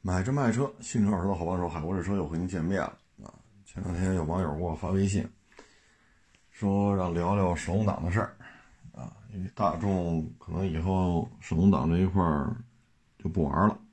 买车卖车，新车二手的好帮手，海博士车又和您见面了啊！前两天有网友给我发微信，说让聊聊手动挡的事儿啊，因为大众可能以后手动挡这一块就不玩了。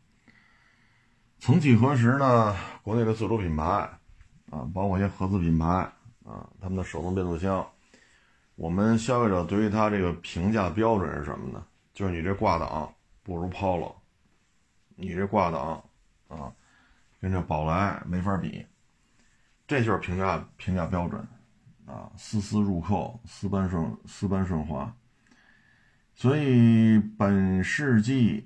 曾几何时呢，国内的自主品牌啊，包括一些合资品牌啊，他们的手动变速箱，我们消费者对于它这个评价标准是什么呢？就是你这挂档不如 Polo。你这挂档啊，跟这宝来没法比，这就是评价标准啊，丝丝入扣，丝般顺滑。所以本世纪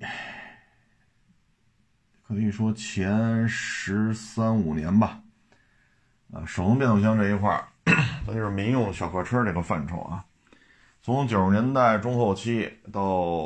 可以说前13、15年吧，啊，手动变速箱这一块它就是民用小客车这个范畴啊。从90年代中后期到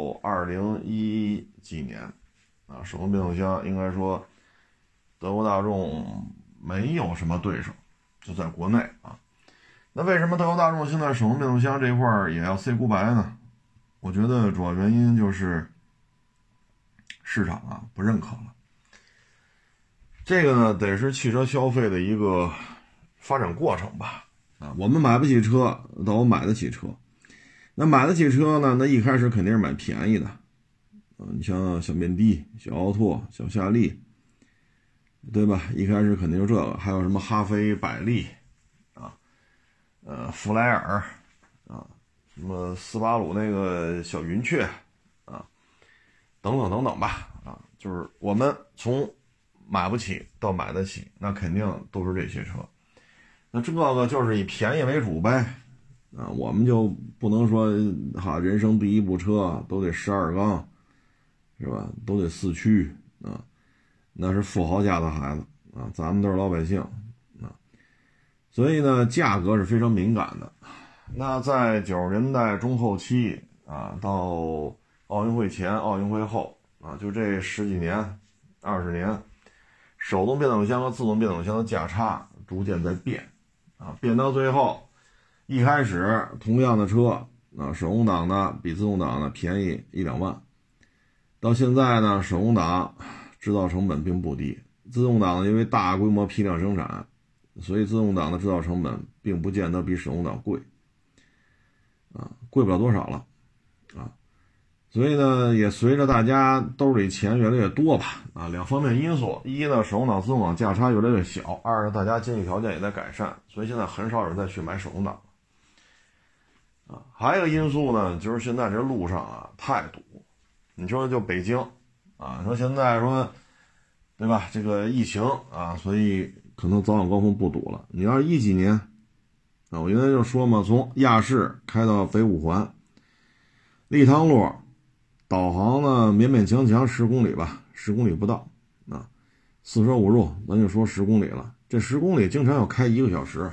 2010几年。啊，手动变速箱应该说，德国大众没有什么对手，就在国内啊。那为什么德国大众现在手动变速箱这一块也要 say goodbye 呢？我觉得主要原因就是市场啊不认可了。这个呢，得是汽车消费的一个发展过程吧。啊，我们买不起车，到我买得起车。那买得起车呢，那一开始肯定是买便宜的。你像小面的、小奥拓、小夏利，对吧？一开始肯定就这个，还有什么哈飞、百利啊，弗莱尔啊，什么斯巴鲁那个小云雀啊，等等等等吧啊，就是我们从买不起到买得起，那肯定都是这些车。那这个就是以便宜为主呗啊，我们就不能说哈，人生第一部车都得12缸。是吧？都得4驱啊，那是富豪家的孩子啊，咱们都是老百姓啊，所以呢，价格是非常敏感的。那在90年代中后期啊，到奥运会前、奥运会后啊，就这10几年、20年，手动变速箱和自动变速箱的价差逐渐在变啊，变到最后，一开始同样的车啊，手动挡的比自动挡的便宜1-2万。到现在呢，手动挡制造成本并不低，自动挡因为大规模批量生产，所以自动挡的制造成本并不见得比手动挡贵，啊，贵不了多少了，啊，所以呢，也随着大家兜里钱越来越多吧，啊，两方面因素，一呢，手动挡、自动挡价差越来越小；二呢，大家经济条件也在改善，所以现在很少有人再去买手动挡了，啊，还有一个因素呢，就是现在这路上啊太堵。你说就北京啊，说现在说对吧，这个疫情啊，所以可能早晚高峰不堵了。你要是10几年啊，我原来就说嘛，从亚市开到北五环立汤路，导航呢勉勉强强10公里吧，10公里不到啊，四舍五入咱就说10公里了，这10公里经常要开1个小时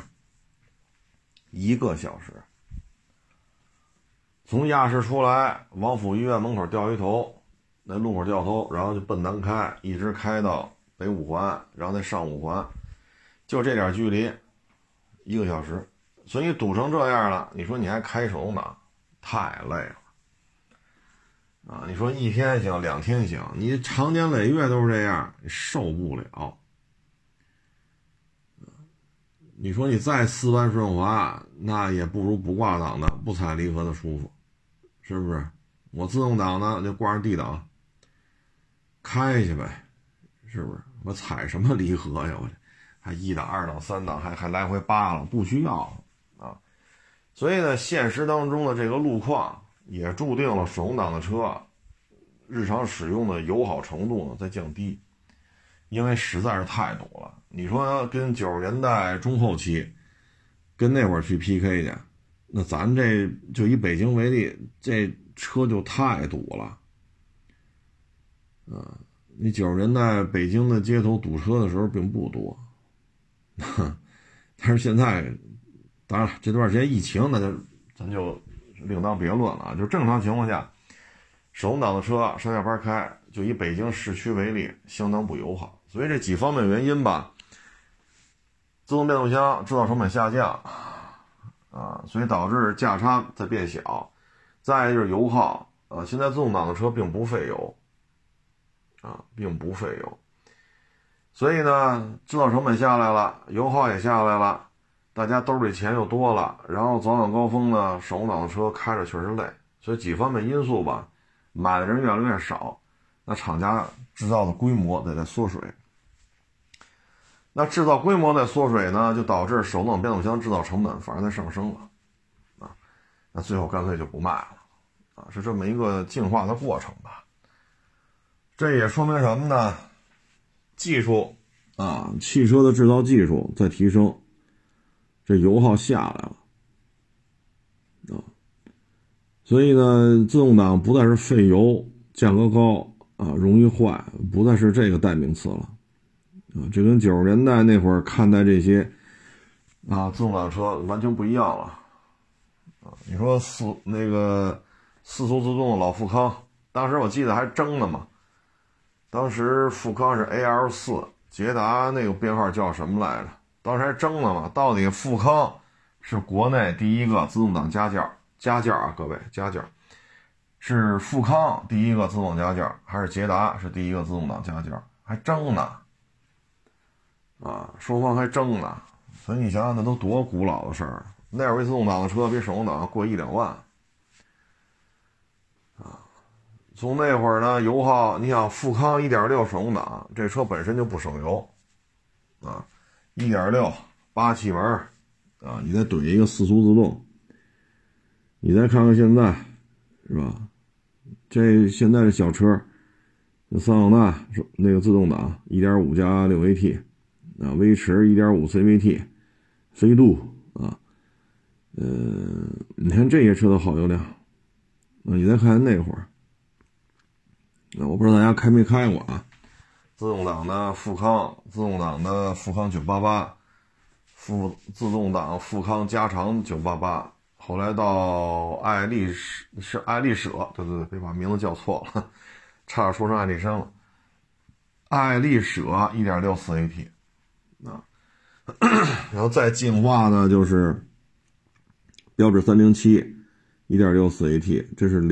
，1个小时。从亚市出来，王府医院门口掉一头，那路口掉头，然后就奔南开，一直开到北五环，然后再上五环，就这点距离，1个小时。所以堵成这样了，你说你还开手动挡，太累了啊！你说1天行，2天行，你长年累月都是这样，你受不了。你说你再丝般顺滑，那也不如不挂档的、不踩离合的舒服。是不是？我自动挡呢就挂上 D 档开去呗，是不是？我踩什么离合呀？我这还1档、2档、3档，还来回扒了，不需要啊。所以呢，现实当中的这个路况也注定了手动挡的车日常使用的友好程度呢在降低，因为实在是太堵了。你说跟90年代中后期跟那会儿去 PK 去，那咱这就以北京为例，这车就太堵了啊！你90年代北京的街头堵车的时候并不多，但是现在，当然了，这段时间疫情，那就咱就另当别论了啊。就正常情况下，手动挡的车上下班开，就以北京市区为例，相当不友好。所以这几方面原因吧，自动变速箱制造成本下降。啊，所以导致价差在变小，再就是油耗，现在自动挡的车并不费油， 并不费油。所以呢，制造成本下来了，油耗也下来了，大家兜里钱又多了，然后早晚高峰呢，手动挡的车开着确实累，所以几方面因素吧，买的人越来越少，那厂家制造的规模得在缩水。那制造规模在缩水呢，就导致手动变速箱制造成本反而在上升了那最后干脆就不卖了是这么一个进化的过程吧。这也说明什么呢？技术汽车的制造技术在提升，这油耗下来了所以呢，自动挡不再是费油、价格高容易坏，不再是这个代名词了这跟90年代那会儿看待这些自动挡车完全不一样了你说四速自动老富康，当时我记得还争呢嘛，当时富康是 AL4， 捷达那个编号叫什么来着？当时还争了嘛，到底富康是国内第一个自动挡家件各位家件是富康第一个自动家件，还是捷达是第一个自动挡家件？还争呢双方还争呢。所以你想想那都多古老的事儿，那会儿自动挡的车比手动挡贵1-2万从那会儿呢，油耗你想富康 1.6 手动挡这车本身就不省油1.6 8气门你再怼一个4速自动，你再看看现在是吧？这现在的小车，桑塔纳那个自动挡 1.5 加 6AT威驰 1.5 CVT 飞度你看这些车的耗油量你再看那会儿我不知道大家开没开过自动挡的富康，自动挡的富康988，自动挡富康加长988，后来到爱丽舍，对，别把名字叫错了，差点说成爱丽绅了。爱丽舍 1.6 4AT 然后再进化呢就是标致307 1.6 4AT， 这是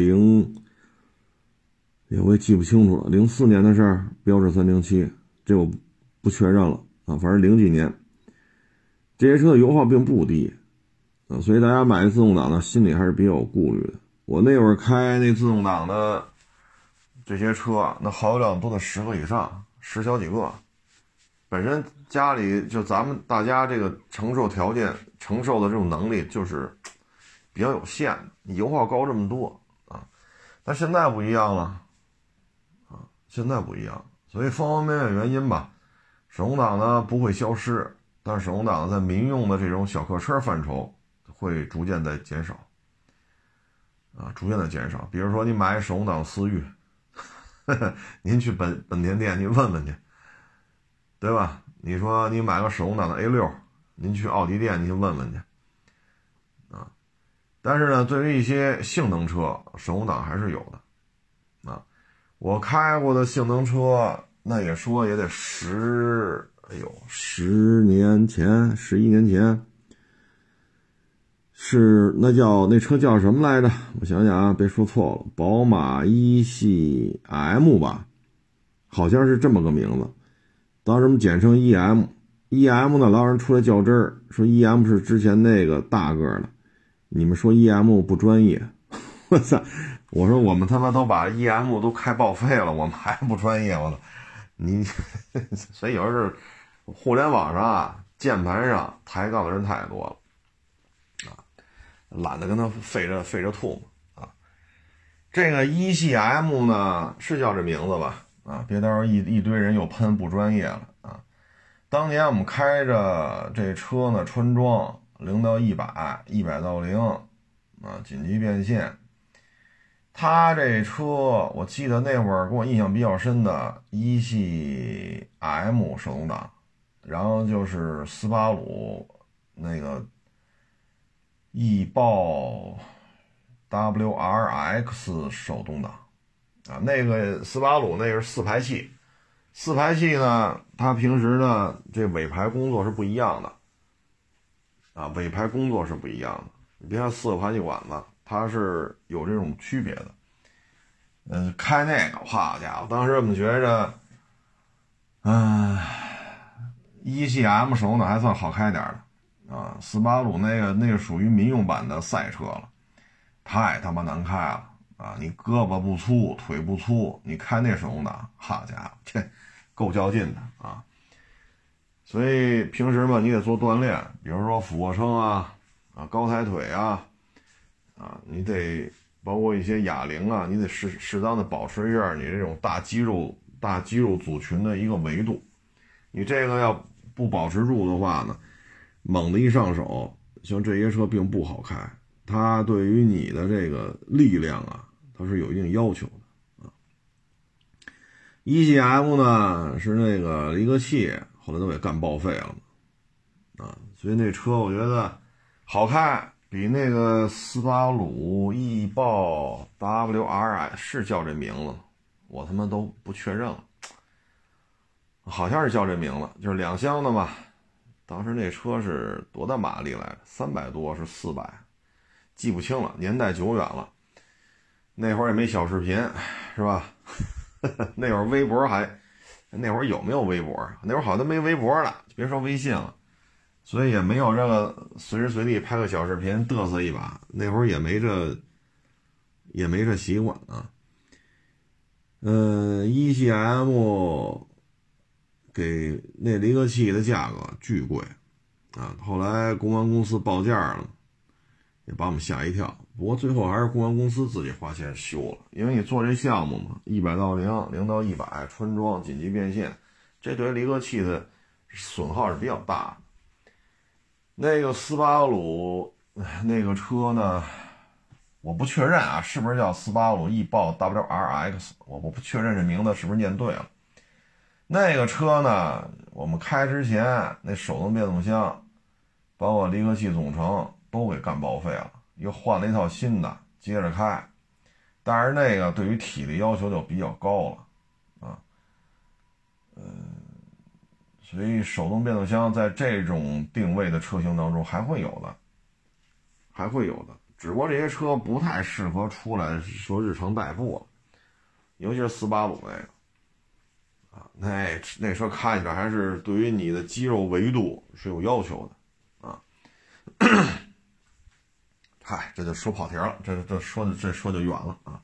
我也记不清楚了，04年的事儿，标致307，这我不确认了反正0几年，这些车的油耗并不低所以大家买自动挡呢，心里还是比较有顾虑的。我那会儿开那自动挡的这些车那耗油量都得10个以上，10小几个，本身家里就咱们大家这个承受条件、承受的这种能力就是比较有限的，你油耗高这么多但现在不一样了现在不一样，所以方方面面原因吧，手动挡呢不会消失，但是手动挡在民用的这种小客车范畴会逐渐在减少逐渐的减少。比如说你买手动挡思域您去本田店你问问去，对吧？你说你买个手动挡的 A6， 您去奥迪店你去问问去但是呢，对于一些性能车，手动挡还是有的我开过的性能车，那也说也得11年前是那车叫什么来着？我想想别说错了，宝马一系 M 吧，好像是这么个名字。当时我们简称 EM 呢，老有人出来较真儿，说 EM 是之前那个大个的，你们说 EM 不专业，我操！我说我们他妈都把 EM 都开报废了，我们还不专业，我操！所以有时候互联网上键盘上抬杠的人太多了懒得跟他费着吐这个一系 M 呢是叫这名字吧别到时候一堆人又喷不专业了当年我们开着这车呢，穿装0到100 100到0紧急变线。他这车我记得那会儿给我印象比较深的一系 M 手动挡，然后就是斯巴鲁那个翼豹 WRX 手动挡那个斯巴鲁那个是4排气，4排气呢它平时呢这尾排工作是不一样的尾排工作是不一样的，你别看4个排气管子它是有这种区别的开那个，好家伙，当时我们觉着，一系 M 手挡还算好开点的啊，斯巴鲁那个属于民用版的赛车了，太他妈难开了啊！你胳膊不粗，腿不粗，你开那手挡，好家伙，这够较劲的啊！所以平时嘛，你得做锻炼，比如说俯卧撑啊，高抬腿啊，你得包括一些哑铃啊，你得适当的保持一下你这种大肌肉组群的一个维度。你这个要不保持住的话呢，猛的一上手，像这些车并不好开，它对于你的这个力量啊，它是有一定要求的啊。1系M 呢是那个离合器后来都给干报废了啊，所以那车我觉得好开，比那个斯巴鲁翼豹 WRX 是叫这名字吗？我他妈都不确认了，好像是叫这名字，就是2厢的嘛。当时那车是多大马力来着？300多是400，记不清了，年代久远了。那会儿也没小视频，是吧？那会儿微博那会儿有没有微博？那会儿好像没微博了，别说微信了，所以也没有这个随时随地拍个小视频嘚瑟一把。那会儿也没这习惯啊。1系M 给那离合器的价格巨贵啊，后来公安公司报价了，也把我们吓一跳。不过最后还是公安公司自己花钱修了，因为你做这项目嘛，100到0， 0到100，穿装、紧急变线，这对离合器的损耗是比较大的。那个斯巴鲁那个车呢，我不确认啊，是不是叫斯巴鲁翼豹 WRX， 我不确认这名字是不是念对了。那个车呢，我们开之前那手动变速箱包括离合器总成都给干报废了，又换了一套新的接着开，但是那个对于体力要求就比较高了啊，所以手动变速箱在这种定位的车型当中还会有的，只不过这些车不太适合出来说日常代步了，尤其是斯巴鲁那个啊，那车开起来还是对于你的肌肉维度是有要求的啊。嗨，这就说跑题了，这说就远了啊。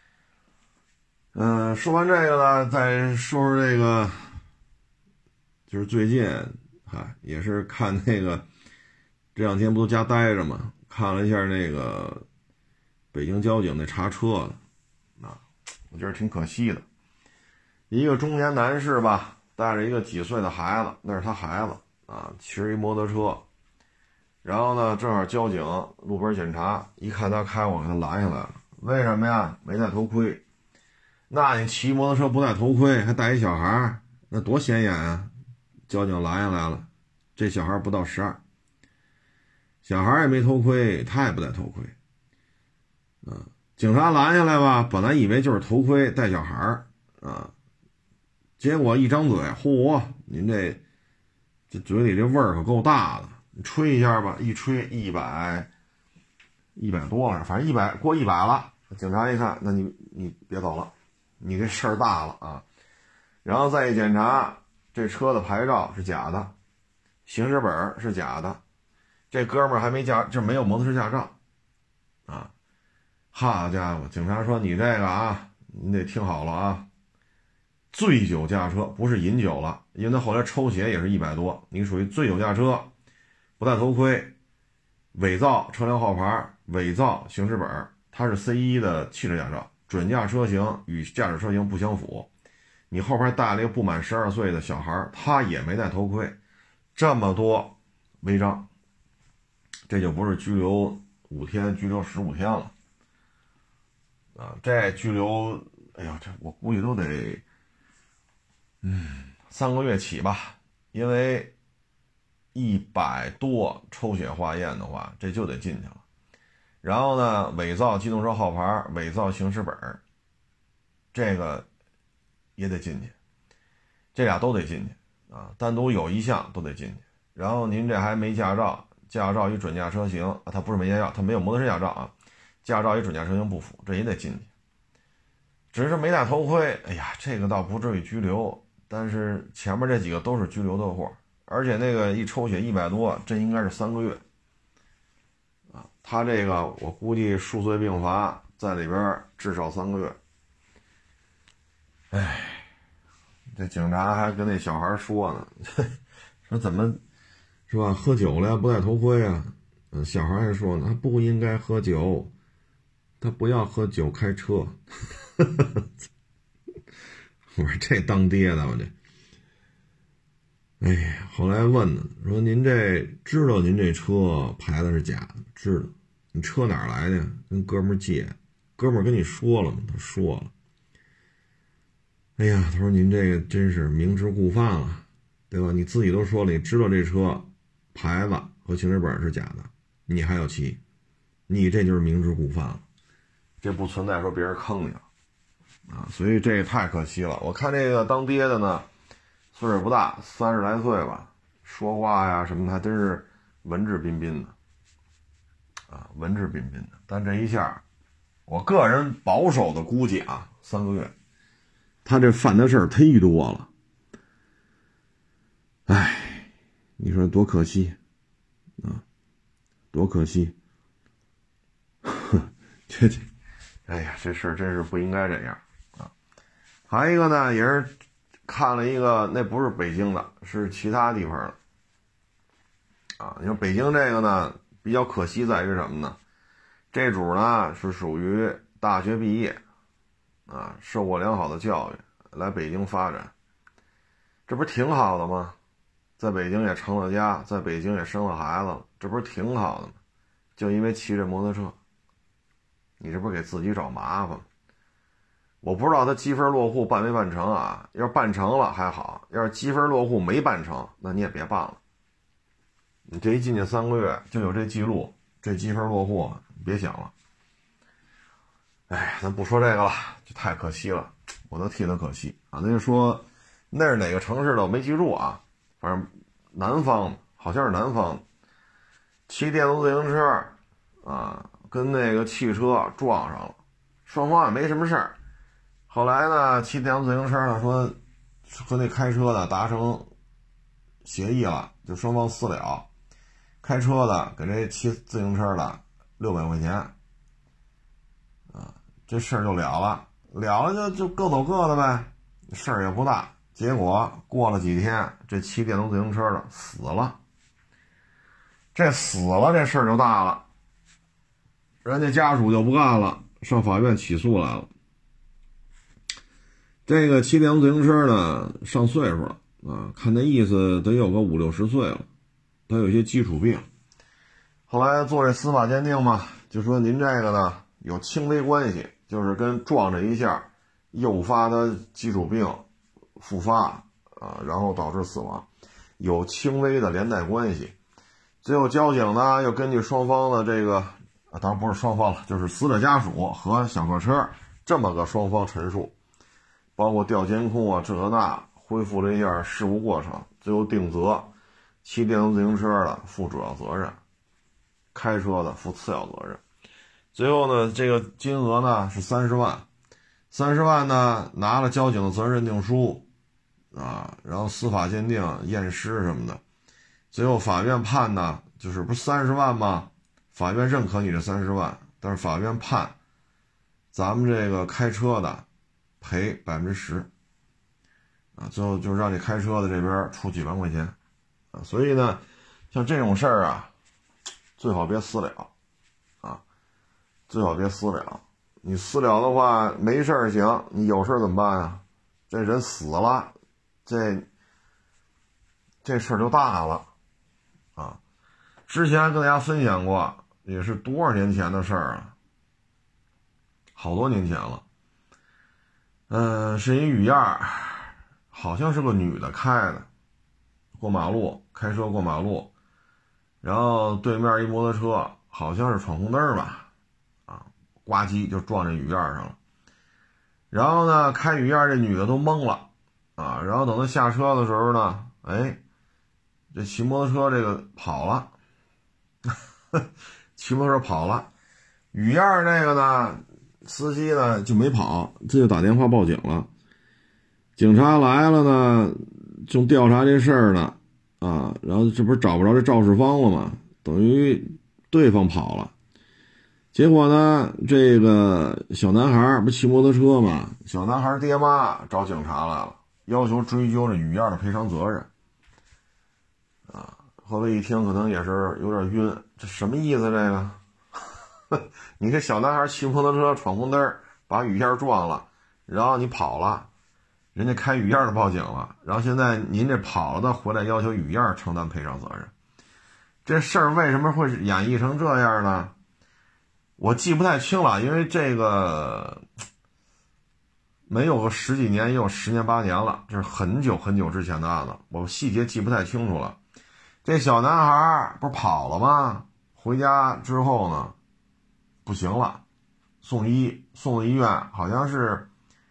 说完这个呢，再说说这个，就是最近，也是看那个这2天不都家待着嘛，看了一下那个北京交警那查车的啊，我觉得挺可惜的。一个中年男士吧，带着一个几岁的孩子，那是他孩子啊，骑着一摩托车，然后呢，正好交警路边检查，一看他开，我给他拦下来了。为什么呀？没戴头盔。那你骑摩托车不戴头盔，还带一小孩，那多显眼啊！交警拦下来了，这小孩不到12，小孩也没头盔，他也不戴头盔。警察拦下来吧，本来以为就是头盔带小孩啊，结果一张嘴，嚯，您这嘴里这味儿可够大的。你吹一下吧，一吹100多了，反正过100了。警察一看，那你别走了，你这事儿大了啊！然后再一检查，这车的牌照是假的，行驶本是假的，这哥们儿还没没有摩托车驾照啊！好家伙，警察说你这个啊，你得听好了啊，醉酒驾车，不是饮酒了，因为他后来抽血也是100多，你属于醉酒驾车，不戴头盔，伪造车辆号牌，伪造行驶本，它是 C1 的汽车驾照，准驾车型与驾驶车型不相符，你后边带了一个不满12岁的小孩，他也没戴头盔，这么多违章，这就不是拘留5天，拘留15天了啊！这拘留，哎呀，这我估计都得3个月起吧，因为100多抽血化验的话，这就得进去了。然后呢，伪造机动车号牌，伪造行驶本，这个也得进去，这俩都得进去啊，单独有一项都得进去。然后您这还没驾照，驾照与准驾车型啊，他不是没驾照，他没有摩托车驾照啊，驾照与准驾车型不符，这也得进去。 只是没戴头盔，哎呀，这个倒不至于拘留，但是前面这几个都是拘留的货，而且那个一抽血100多，这应该是3个月啊。他这个我估计数罪并罚，在里边至少3个月。哎，这警察还跟那小孩说呢，说怎么是吧？喝酒了呀，不戴头盔啊？小孩还说呢，他不应该喝酒，他不要喝酒开车。我说这当爹的，我这，哎呀，后来问呢，说您这知道您这车牌子是假的，知道？你车哪儿来的？跟哥们儿借，哥们儿跟你说了吗？他说了。哎呀，他说您这个真是明知故犯了，对吧？你自己都说了，你知道这车牌子和行驶本是假的，你还要骑，你这就是明知故犯了，这不存在说别人坑你了啊！所以这也太可惜了。我看这个当爹的呢，岁数不大，30来岁吧，说话呀什么的还真是文质彬彬的啊，文质彬彬的。但这一下，我个人保守的估计啊，3个月。他这犯的事儿忒多了，哎，你说多可惜啊，多可惜！这，哎呀，这事儿真是不应该这样啊！还有一个呢，也是看了一个，那不是北京的，是其他地方的啊。你说北京这个呢，比较可惜在于什么呢？这主呢是属于大学毕业啊，受过良好的教育。来北京发展，这不是挺好的吗？在北京也成了家，在北京也生了孩子了，这不是挺好的吗？就因为骑着摩托车，你这不是给自己找麻烦吗？我不知道他积分落户办没办成啊？要是办成了还好，要是积分落户没办成，那你也别办了。你这一进去3个月就有这记录，这积分落户别想了。哎，咱不说这个了，就太可惜了。我都替他可惜啊！那就说那是哪个城市的我没记住啊，反正南方好像是南方，骑电动自行车啊，跟那个汽车撞上了，双方也没什么事儿。后来呢，骑电动自行车呢说和那开车的达成协议了，就双方私了，开车的给这骑自行车的600块钱啊，这事儿就了了。了了就各走各的呗，事儿也不大。结果过了几天，这骑电动自行车的死了。这死了，这事儿就大了，人家家属就不干了，上法院起诉来了。这个骑电动自行车呢，上岁数了啊，看那意思得有个50、60岁了，他有些基础病。后来做这司法鉴定嘛，就说您这个呢有轻微关系。就是跟撞这一下诱发的基础病复发啊，然后导致死亡，有轻微的连带关系。最后交警呢又根据双方的这个当然不是双方了，就是死者家属和小客车这么个双方陈述，包括调监控啊这那，恢复了一下事故过程，最后定责骑电动自行车的负主要责任，开车的负次要责任。最后呢，这个金额呢是30万，30万呢拿了交警的责任认定书啊，然后司法鉴定、验尸什么的。最后法院判呢，就是不是30万吗？法院认可你这30万，但是法院判咱们这个开车的赔10%啊，最后就让你开车的这边出几万块钱啊。所以呢，像这种事儿啊，最好别私了。最好别私了，你私了的话没事儿行，你有事儿怎么办呀？这人死了，这事儿就大了啊！之前跟大家分享过，也是多少年前的事儿啊，好多年前了。是一雨燕，好像是个女的开的，过马路，开车过马路，然后对面一摩托车，好像是闯红灯吧。呱唧就撞这雨燕上了，然后呢，开雨燕这女的都懵了啊，然后等她下车的时候呢，哎，这骑摩托车这个跑了，骑摩托车跑了，雨燕这个呢司机呢就没跑，这就打电话报警了。警察来了呢，正调查这事儿呢，啊，然后这不是找不着这肇事方了吗？等于对方跑了。结果呢，这个小男孩不骑摩托车吗？小男孩爹妈找警察来了，要求追究这雨燕的赔偿责任。啊，后来一听可能也是有点晕，这什么意思这个？你这小男孩骑摩托车闯红灯，把雨燕撞了，然后你跑了，人家开雨燕的报警了，然后现在您这跑了的回来要求雨燕承担赔偿责任，这事儿为什么会演绎成这样呢？我记不太清了，因为这个没有个10几年，也有10年8年了，这是很久很久之前的案子，我细节记不太清楚了。这小男孩不是跑了吗？回家之后呢，不行了，送到医院，好像是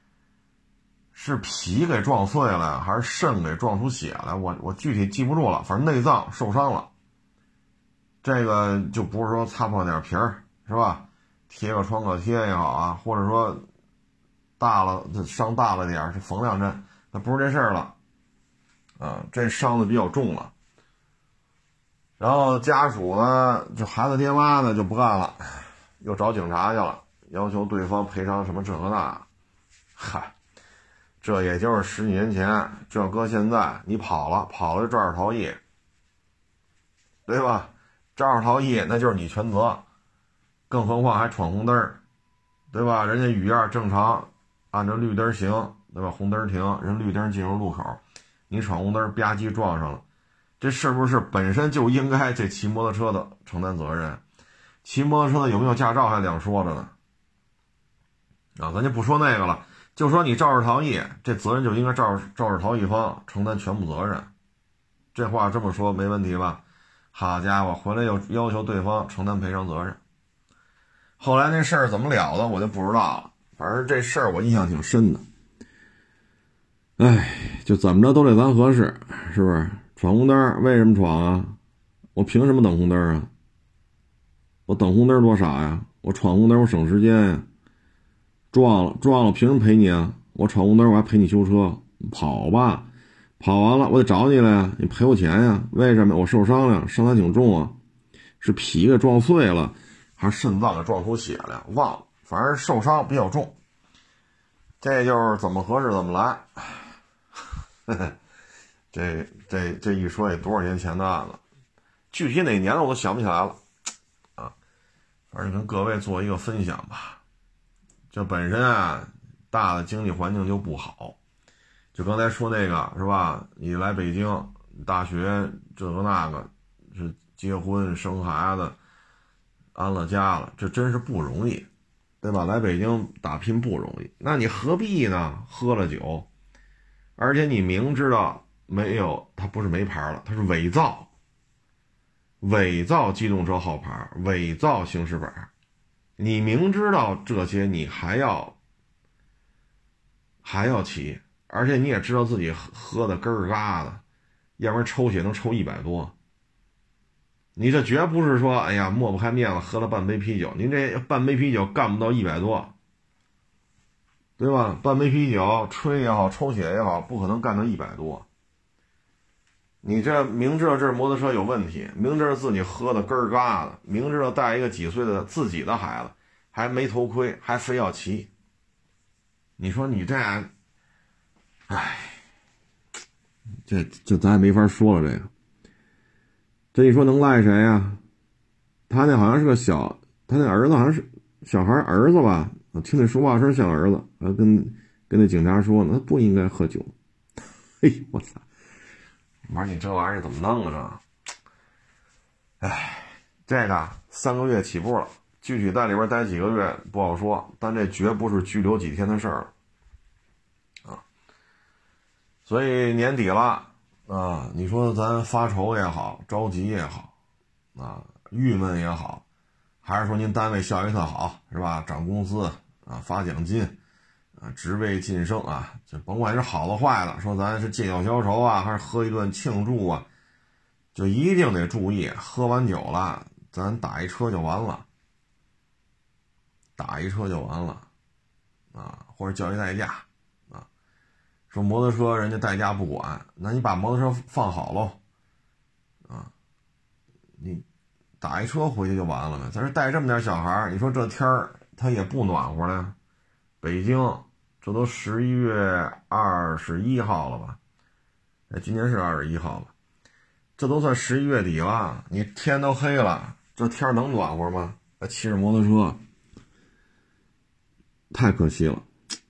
脾给撞碎了，还是肾给撞出血来，我具体记不住了，反正内脏受伤了。这个就不是说擦破点皮儿，是吧？贴个创可贴也好啊，或者说大了伤大了点是缝2针，那不是这事儿了啊，这伤的比较重了。然后家属呢，就孩子爹妈呢就不干了，又找警察去了，要求对方赔偿什么这和那。嗨，这也就是10几年前，这搁现在你跑了就肇事逃逸，对吧？肇事逃逸那就是你全责，更何况还闯红灯，对吧？人家雨燕正常按照绿灯行，对吧？红灯停，人绿灯进入路口，你闯红灯吧唧撞上了，这是不是本身就应该这骑摩托车的承担责任？骑摩托车的有没有驾照还两说着呢。啊，咱就不说那个了，就说你肇事逃逸，这责任就应该肇事逃逸方承担全部责任。这话这么说没问题吧？好家伙，回来又要求对方承担赔偿责任。后来那事儿怎么了的我就不知道了，反正这事儿我印象挺深的。哎，就怎么着都得咱合适，是不是？闯红灯为什么闯啊？我凭什么等红灯啊？我等红灯多傻呀！我闯红灯我省时间呀。撞了凭什么赔你啊？我闯红灯我还赔你修车，跑吧，跑完了我得找你来呀，你赔我钱呀？为什么？我受伤了，伤还挺重啊，是皮给撞碎了，还是肾脏给撞出血了？忘了，反正受伤比较重。这就是怎么合适怎么来。这一说也多少年前的案子，具体哪年了我都想不起来了啊。反正跟各位做一个分享吧。这本身啊，大的经济环境就不好，就刚才说那个是吧？你来北京大学这个那个，是结婚生孩子安了家了，这真是不容易，对吧？来北京打拼不容易，那你何必呢？喝了酒，而且你明知道没有，它不是没牌了，它是伪造机动车号牌，伪造行驶本，你明知道这些你还要骑，而且你也知道自己喝的根儿嘎的，要不然抽血能抽100多。你这绝不是说哎呀抹不开面子喝了半杯啤酒，您这半杯啤酒干不到100多，对吧？半杯啤酒吹也好抽血也好，不可能干到100多。你这明知道这摩托车有问题，明知道自己喝的根儿嘎的，明知道带一个几岁的自己的孩子还没头盔，还非要骑，你说你这，哎，这咱也没法说了。这你说能赖谁呀？他那好像是个他那儿子好像是小孩儿子吧？我听那说话声像儿子，还跟那警察说呢，他不应该喝酒。嘿，我操！我说你这玩意儿怎么弄啊？哎，这个3个月起步了，具体在里边待几个月不好说，但这绝不是拘留几天的事儿啊。所以年底了啊，你说咱发愁也好，着急也好啊，郁闷也好，还是说您单位效益特好是吧？涨工资啊，发奖金啊，职位晋升啊，就甭管是好的坏的，说咱是借酒消愁啊，还是喝一顿庆祝啊，就一定得注意，喝完酒了咱打一车就完了， 或者叫一代驾啊，说摩托车人家代驾不管，那你把摩托车放好喽啊，你打一车回去就完了呗。咱这带这么点小孩，你说这天儿他也不暖和了，北京这都11月21号了吧？今年是21号吧？这都算11月底了，你天都黑了，这天能暖和吗？骑着摩托车，太可惜了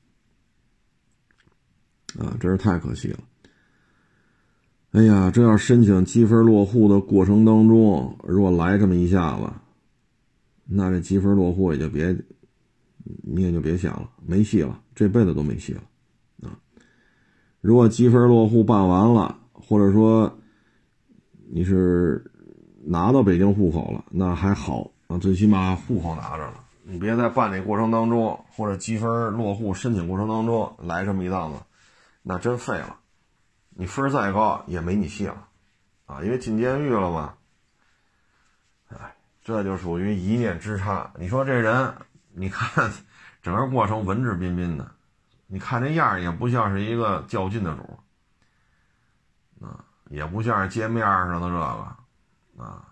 啊！真是太可惜了。哎呀，这要申请积分落户的过程当中，如果来这么一下子，那这积分落户你也就别想了，没戏了，这辈子都没戏了啊！如果积分落户办完了，或者说你是拿到北京户口了，那还好啊，最起码户口拿着了。你别在办理过程当中或者积分落户申请过程当中来这么一档子，那真废了。你分再高也没你戏了啊，因为进监狱了嘛。哎，这就属于一念之差。你说这人，你看整个过程文质彬彬的，你看这样也不像是一个较劲的主啊，也不像是街面上的这个啊。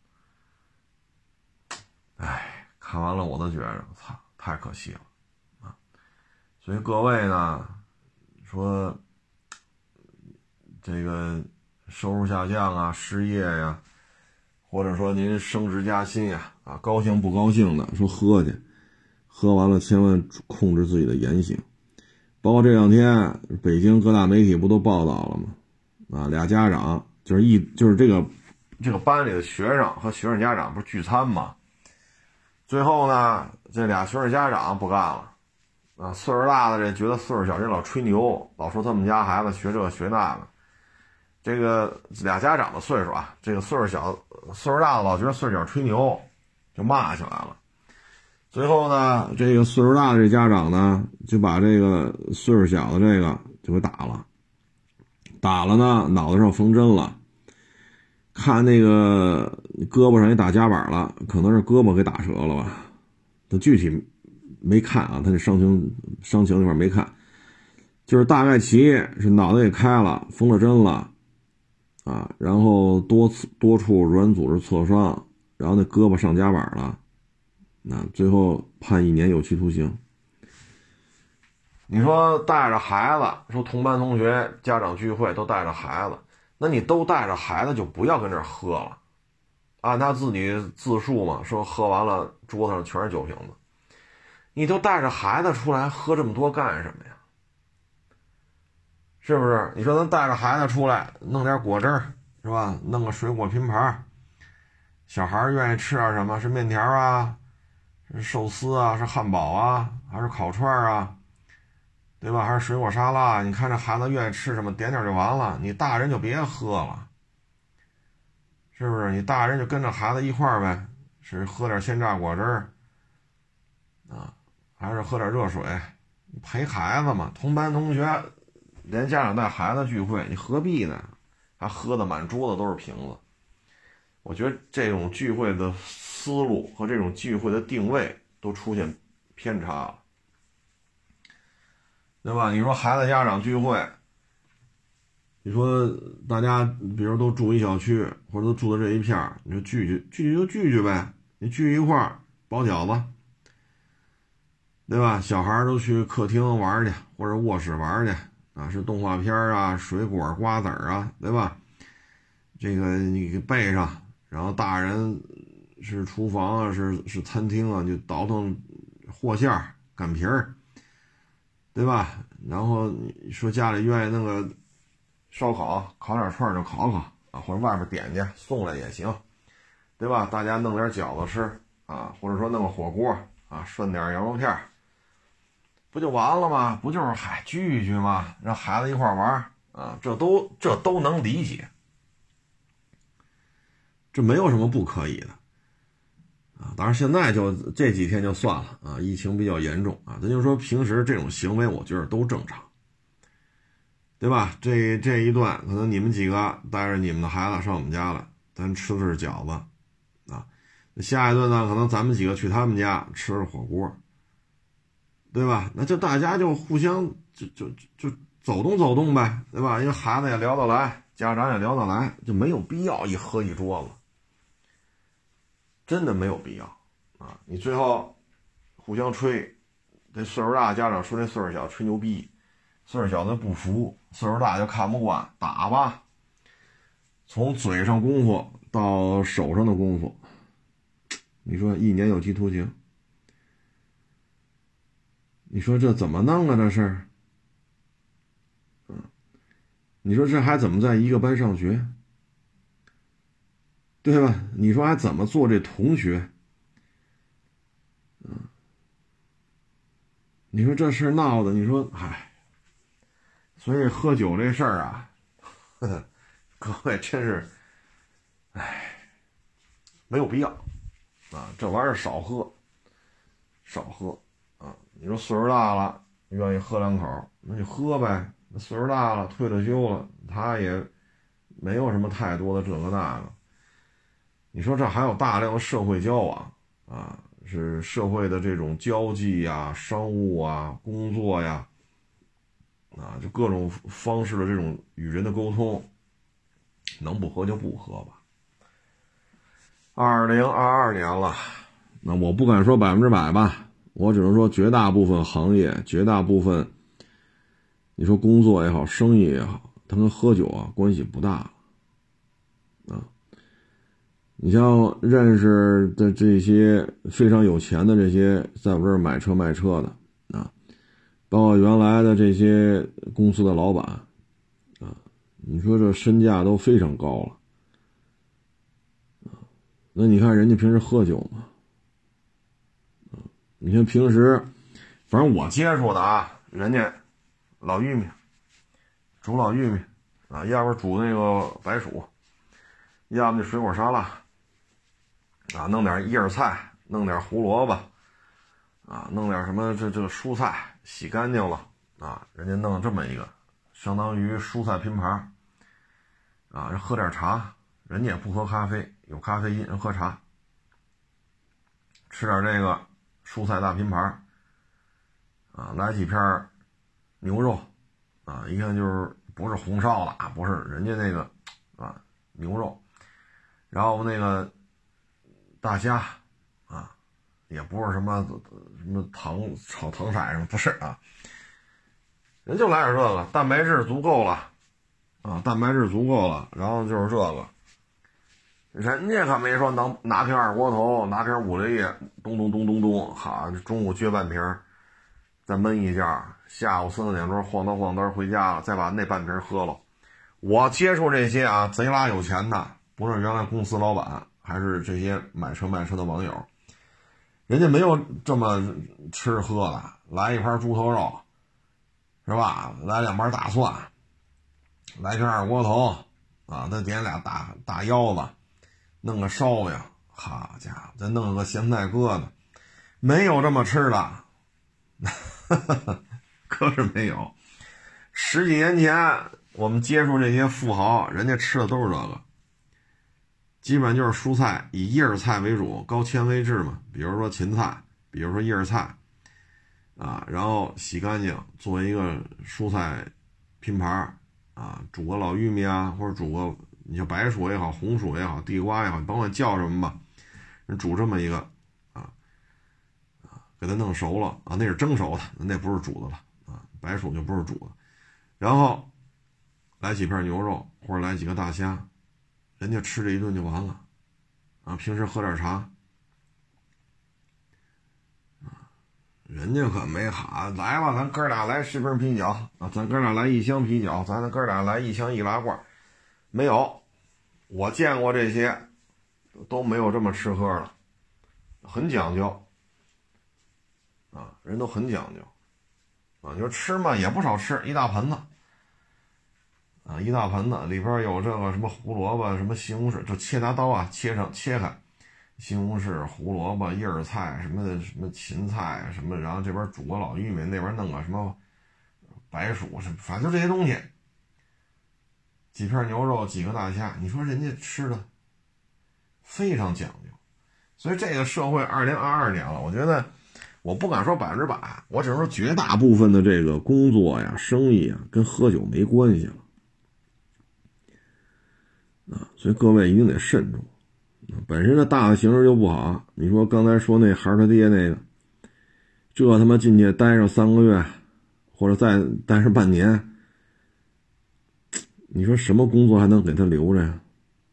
哎，看完了我都觉着操，太可惜了啊。所以各位呢，说这个收入下降啊，失业呀，或者说您升职加薪呀，高兴不高兴的，说喝去，喝完了千万控制自己的言行。包括这两天北京各大媒体不都报道了吗？俩家长就是这个班里的学生和学生家长不是聚餐吗？最后呢，这俩学生家长不干了岁数大的这觉得岁数小，这老吹牛，老说他们家孩子学这学那个。这个俩家长的岁数这个岁数大的老觉得岁数小吹牛，就骂起来了。最后呢，这个岁数大的这家长呢，就把这个岁数小的这个就给打了呢，脑袋上缝针了，看那个胳膊上也打夹板了，可能是胳膊给打折了吧，他具体没看他这伤情那块没看，就是大概其是脑袋给开了，缝了针了然后多处软组织挫伤，然后那胳膊上夹板了，最后判1年有期徒刑。你说带着孩子，说同班同学家长聚会都带着孩子，那你都带着孩子就不要跟这儿喝了，按他自己自述嘛，说喝完了桌子上全是酒瓶子，你都带着孩子出来喝这么多干什么呀？是不是？你说咱带着孩子出来弄点果汁是吧，弄个水果拼盘，小孩愿意吃点什么，是面条啊，是寿司啊，是汉堡啊，还是烤串啊，对吧？还是水果沙拉？你看这孩子愿意吃什么，点点就完了，你大人就别喝了，是不是？你大人就跟着孩子一块儿呗，是喝点鲜榨果汁还是喝点热水，陪孩子嘛，同班同学连家长带孩子聚会，你何必呢？还喝的满桌子都是瓶子。我觉得这种聚会的思路和这种聚会的定位都出现偏差了，对吧？你说孩子家长聚会，你说大家比如都住一小区或者都住在这一片，你就聚聚呗，你聚一块儿包饺子，对吧？小孩都去客厅玩去或者卧室玩去是动画片水果瓜子对吧？这个你给备上，然后大人是厨房是餐厅就倒腾和馅擀皮对吧？然后你说家里愿意那个烧烤烤点串就烤或者外面点去送来也行，对吧？大家弄点饺子吃或者说弄个火锅涮点羊肉片，不就完了吗？不就是聚一聚吗？让孩子一块玩这都能理解，这没有什么不可以的当然现在就这几天就算了疫情比较严重咱就说平时这种行为我觉得都正常，对吧？这一段可能你们几个带着你们的孩子上我们家了，咱吃的是饺子下一顿呢可能咱们几个去他们家吃的火锅， 对吧？那就大家就互相就走动走动呗，对吧？因为孩子也聊得来，家长也聊得来，就没有必要一喝一桌子，真的没有必要啊！你最后互相吹，这岁数大家长说这岁数小吹牛逼，岁数小的不服，岁数大就看不惯，打吧。从嘴上功夫到手上的功夫，你说1年有期徒刑，你说这怎么弄啊？这事你说这还怎么在一个班上学，对吧？你说还怎么做这同学？你说这事闹的，你说唉，所以喝酒这事儿啊，各位真是，唉，没有必要啊！这玩意儿少喝，少喝啊！你说岁数大了，愿意喝2口，那就喝呗。岁数大了，退了休了，他也没有什么太多的这个那个。你说这还有大量的社会交往啊，是社会的这种交际呀、商务啊、工作呀，啊，就各种方式的这种与人的沟通，能不喝就不喝吧。2022年了，那我不敢说100%吧，我只能说绝大部分行业、绝大部分，你说工作也好、生意也好，它跟喝酒啊关系不大啊。你像认识的这些非常有钱的这些在我这儿买车卖车的啊，包括原来的这些公司的老板啊，你说这身价都非常高了啊。那你看人家平时喝酒吗？你看平时反正我接触的啊，人家老玉米煮老玉米啊，要不煮那个白薯，要么就水果沙拉啊，弄点叶菜，弄点胡萝卜啊，弄点什么这个蔬菜洗干净了啊，人家弄这么一个相当于蔬菜拼盘啊，喝点茶，人家也不喝咖啡，有咖啡因，人喝茶，吃点这个蔬菜大拼盘啊，来几片牛肉啊，一看就是不是红烧的啊，不是人家那个啊牛肉，然后那个大虾啊，也不是什么炒糖色什么，不是啊，人就来点这个，蛋白质足够了啊，蛋白质足够了，然后就是这个，人家可没说能拿瓶二锅头，拿瓶5类液，咚咚咚咚咚，好，中午撅半瓶，再焖一下，下午3、4点钟晃荡晃荡回家了，再把那半瓶喝了。我接触这些啊贼拉有钱的，不是原来公司老板，还是这些买车卖车的网友，人家没有这么吃喝的，来一盘猪头肉，是吧？来2盘大蒜，来瓶二锅头啊，再点俩大腰子，弄个烧饼，好家伙，再弄个咸菜疙瘩，没有这么吃的，可是没有。10几年前我们接触这些富豪，人家吃的都是这个，基本就是蔬菜，以叶菜为主，高纤维质嘛，比如说芹菜，比如说叶菜啊，然后洗干净，作为一个蔬菜拼盘啊，煮个老玉米啊，或者煮个你像白薯也好，红薯也好，地瓜也好，你甭管叫什么吧，人煮这么一个啊，给它弄熟了啊，那是蒸熟的，那不是煮的了啊，白薯就不是煮的，然后来几片牛肉或者来几个大虾，人家吃这一顿就完了啊，平时喝点茶啊，人家可没喊来吧，咱哥俩来10瓶啤酒啊，咱哥俩来1箱啤酒，咱哥俩来1箱易拉罐，没有，我见过这些都没有这么吃喝的，很讲究啊，人都很讲究啊，你说吃嘛也不少吃，一大盆子啊，一大盆子里边有这个什么胡萝卜，什么西红柿，就拿刀啊切开，西红柿、胡萝卜、叶菜什么芹菜什么，然后这边煮个老玉米，那边弄个什么白薯，反正就这些东西，几片牛肉，几个大虾，你说人家吃的非常讲究，所以这个社会2022年了，我觉得我不敢说100%，我只能说绝大部分的这个工作呀、生意啊，跟喝酒没关系了啊，所以各位一定得慎重。本身的大的形势就不好，你说刚才说那孩儿他爹那个，这他妈进去待上3个月，或者再待上半年，你说什么工作还能给他留着呀？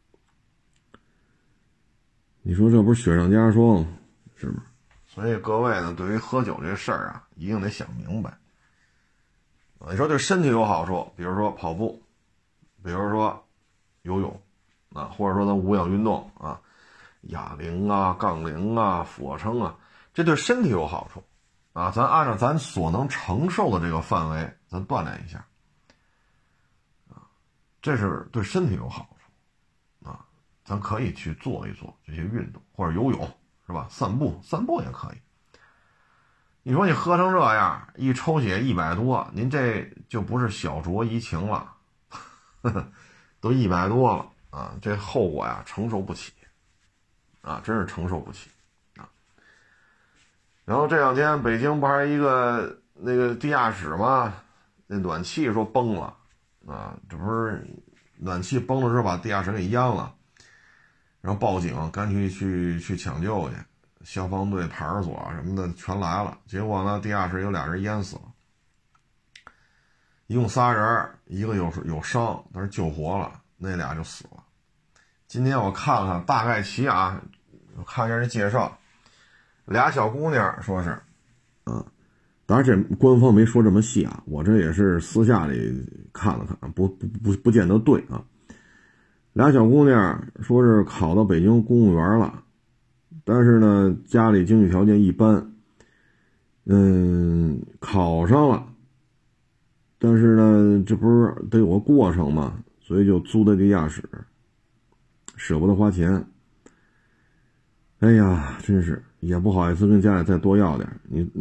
你说这不是雪上加霜，是不是？所以各位呢，对于喝酒这事儿啊，一定得想明白。你说对身体有好处，比如说跑步，比如说游泳啊，或者说咱无氧运动啊，哑铃啊、杠铃啊、俯卧撑啊，这对身体有好处啊。咱按照咱所能承受的这个范围，咱锻炼一下啊，这是对身体有好处啊。咱可以去做一做这些运动，或者游泳是吧？散步也可以。你说你喝成这样，一抽血100多，您这就不是小酌怡情了，都100多了啊，这后果呀承受不起啊，真是承受不起啊。然后这两天北京不还一个那个地下室吗？那暖气说崩了啊，这不是暖气崩了之后把地下室给淹了，然后报警赶紧去抢救去。消防队、派出所什么的全来了，结果呢，地下室有俩人淹死了，一共仨人，一个有伤，但是救活了，那俩就死了。今天我看看大概齐啊，我看一下这介绍，俩小姑娘说是，当然这官方没说这么细啊，我这也是私下里看了看，不见得对啊。俩小姑娘说是考到北京公务员了。但是呢，家里经济条件一般，考上了，但是呢，这不是得有个过程嘛，所以就租的地下室，舍不得花钱。哎呀，真是也不好意思跟家里再多要点，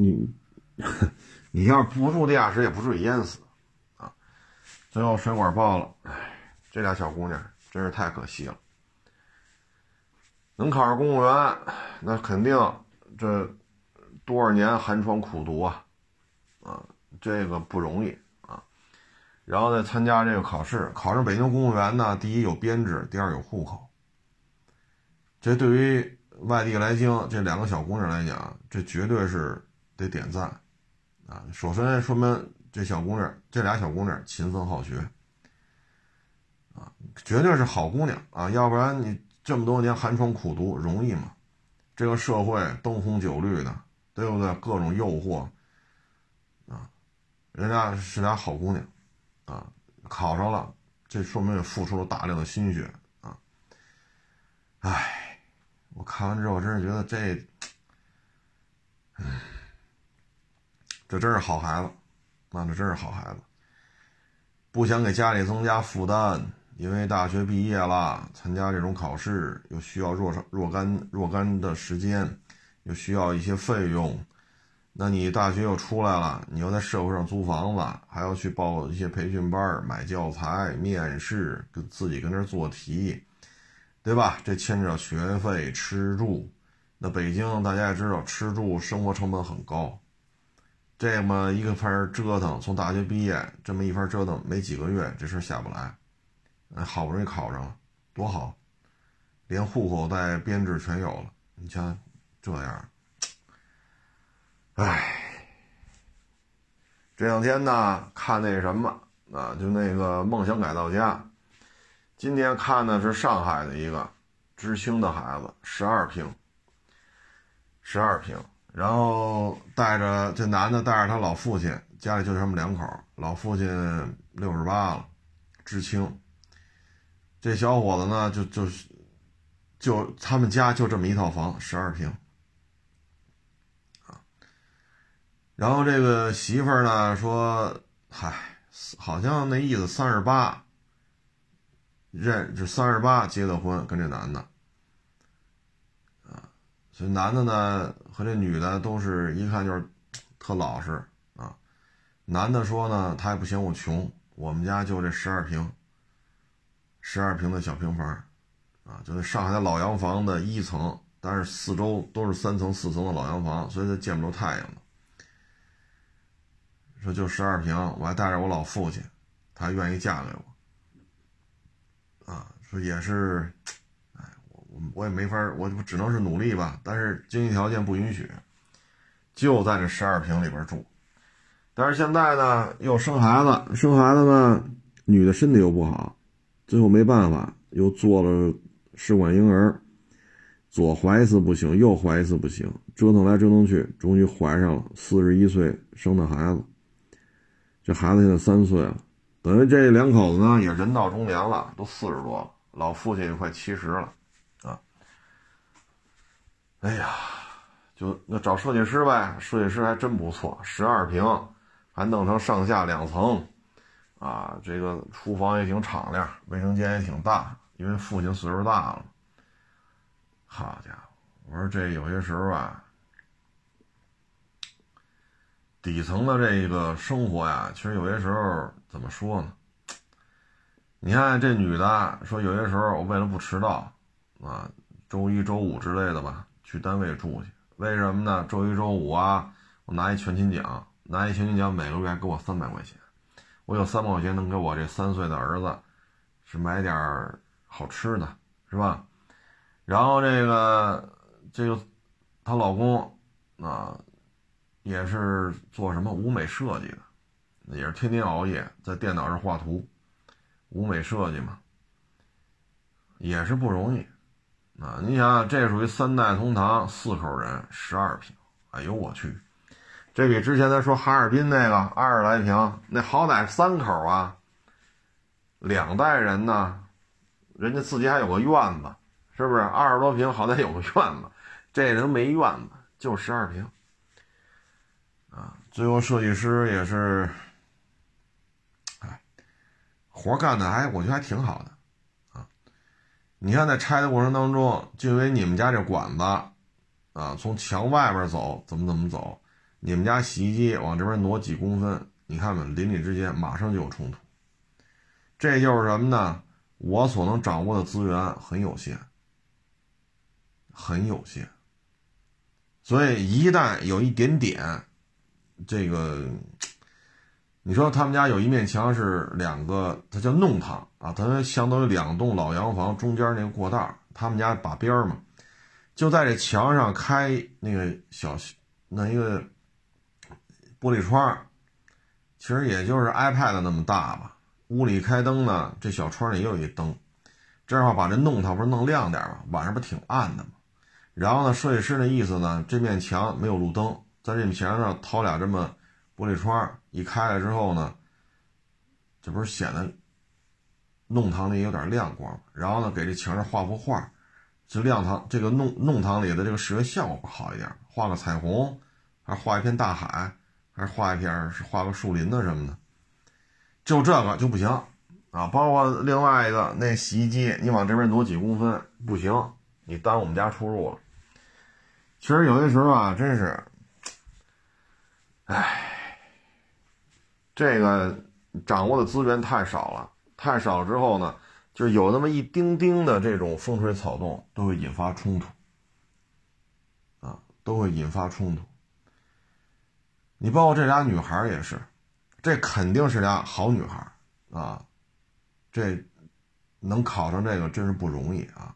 你要是不住地下室，也不至于淹死啊。最后水管爆了，哎，这俩小姑娘真是太可惜了。能考上公务员，那肯定这多少年寒窗苦读啊，这个不容易啊。然后再参加这个考试，考上北京公务员呢，第一有编制，第二有户口。这对于外地来京这两个小姑娘来讲，这绝对是得点赞啊。首先说明这俩小姑娘勤奋好学啊，绝对是好姑娘啊，要不然你这么多年寒窗苦读容易吗？这个社会灯红酒绿的，对不对？各种诱惑啊，人家是俩好姑娘啊，考上了，这说明也付出了大量的心血啊。唉，我看完之后，我真是觉得这真是好孩子啊，这真是好孩子，不想给家里增加负担。因为大学毕业了，参加这种考试又需要若干的时间，又需要一些费用。那你大学又出来了，你又在社会上租房子，还要去报一些培训班、买教材、面试，自己跟这做题，对吧？这牵扯学费、吃住。那北京大家也知道，吃住生活成本很高。这么一个番折腾，从大学毕业这么一番折腾，没几个月，这事下不来。好不容易考上了，多好，连户口带编制全有了。你瞧这样，唉，这两天呢看那什么啊，就那个梦想改造家。今天看的是上海的一个知青的孩子，12平，然后这男的带着他老父亲，家里就他们2口，老父亲68了，知青。这小伙子呢，就他们家就这么一套房，12平啊。然后这个媳妇儿呢说，嗨，好像那意思38，就38结的婚，跟这男的啊。所以男的呢和这女的都是一看就是特老实啊。男的说呢，他也不嫌我穷，我们家就这12平的小平房啊，就那上海的老洋房的1层但是四周都是3层4层的老洋房，所以它见不着太阳的。说就12平，我还带着我老父亲，他还愿意嫁给我，说也是，我也没法，我只能是努力吧，但是经济条件不允许，就在这12平里边住。但是现在呢，又生孩子呢，女的身体又不好，最后没办法，又做了试管婴儿，左怀一次不行，右怀一次不行，折腾来折腾去，终于怀上了，41岁生的孩子。这孩子现在3岁了，等于这两口子呢也人到中年了，都40多了，老父亲也快70了啊。哎呀，就那找设计师呗，设计师还真不错，12平还弄成上下2层啊，这个厨房也挺敞亮，卫生间也挺大，因为父亲岁数大了。好家伙，我说这有些时候啊，底层的这个生活呀，其实有些时候怎么说呢？你看这女的说，有些时候我为了不迟到啊，周一周五之类的吧，去单位住去。为什么呢？周一周五啊，我拿一全勤奖，每个月给我300块钱，我有300块钱能给我这3岁的儿子是买点好吃的，是吧？然后这个她老公啊，也是做什么舞美设计的，也是天天熬夜在电脑上画图，舞美设计嘛，也是不容易啊。你想这属于3代同堂4口人12平，哎呦我去，这比之前咱说哈尔滨那个20来平，那好歹3口啊，2代人呢，人家自己还有个院子，是不是20多平好歹有个院子，这人没院子，就12平啊。最后设计师也是活干的我觉得还挺好的啊。你看在拆的过程当中，就因为你们家这管子啊，从墙外边走怎么走，你们家洗衣机往这边挪几公分，你看看邻里之间马上就有冲突。这就是什么呢？我所能掌握的资源很有限，所以一旦有一点点这个，你说他们家有一面墙是2个，它叫弄堂啊，它相当于2栋老洋房中间那个过道，他们家把边嘛，就在这墙上开那个一个玻璃窗，其实也就是 iPad 那么大吧。屋里开灯呢，这小窗里也有一灯，这样的话把这弄堂不是弄亮点吗？晚上不挺暗的吗？然后呢，设计师的意思呢，这面墙没有路灯，在这面墙上掏俩这么玻璃窗，一开了之后呢，这不是显得弄堂里有点亮光，然后呢，给这墙上画幅画，这这个弄堂里的这个视觉效果好一点，画个彩虹，还是画一片大海，还是画个树林的什么的，就这个就不行啊。包括另外一个那洗衣机，你往这边挪几公分不行，你耽误我们家出入了。其实有些时候啊，真是，这个掌握的资源太少了之后呢，就是有那么一丁丁的这种风吹草动，都会引发冲突啊，你包括这俩女孩也是，这肯定是俩好女孩啊，这能考上这个真是不容易啊。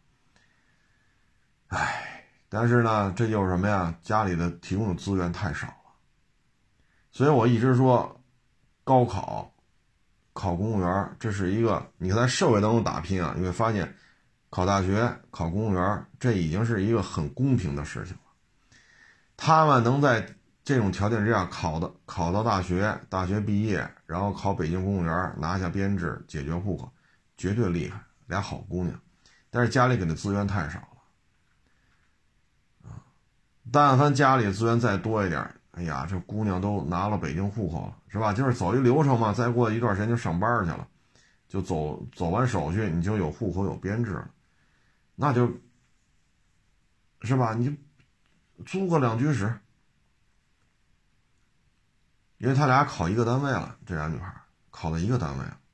但是呢，这就是什么呀？家里的提供的资源太少了，所以我一直说，高考考公务员，这是一个你在社会当中打拼啊，你会发现，考大学、考公务员，这已经是一个很公平的事情了。他们能在这种条件之下考到大学毕业，然后考北京公务员，拿下编制，解决户口，绝对厉害，俩好姑娘。但是家里给的资源太少了。但凡家里资源再多一点，哎呀，这姑娘都拿了北京户口了，是吧？就是走一流程嘛，再过一段时间就上班去了，就走完手续，你就有户口有编制了，那就是吧？你就租个2居室，因为他俩考一个单位了，这俩女孩考了一个单位了，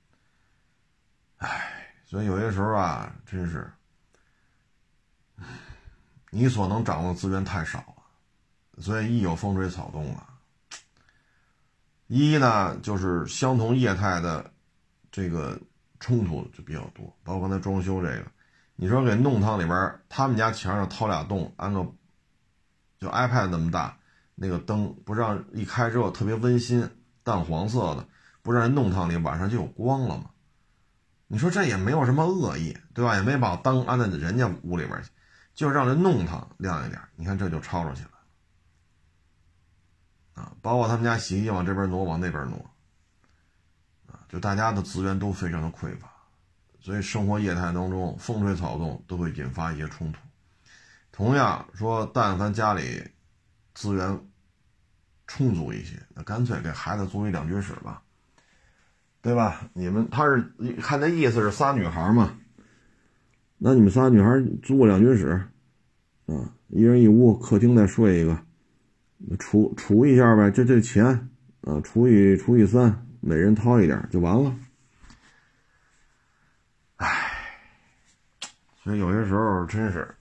所以有些时候啊，真是你所能掌握的资源太少了，所以一有风吹草动啊，一呢就是相同业态的这个冲突就比较多，包括刚才装修这个，你说给弄堂里边，他们家墙上掏俩洞，安个就 iPad 那么大那个灯，不让一开之后特别温馨，淡黄色的，不让人弄堂里晚上就有光了吗？你说这也没有什么恶意，对吧？也没把灯安在人家屋里边去，就让人弄堂亮一点，你看这就吵吵起来了啊！包括他们家洗衣机往这边挪，往那边挪啊，就大家的资源都非常的匮乏，所以生活业态当中风吹草动都会引发一些冲突。同样说，但凡家里资源充足一些，那干脆给孩子租一两居室吧，对吧？你们他是看那意思是仨女孩嘛，那你们仨女孩租个两居室啊，一人一屋，客厅再睡一个，除一下呗，这钱啊，除以3，每人掏一点就完了。唉，所以有些时候真是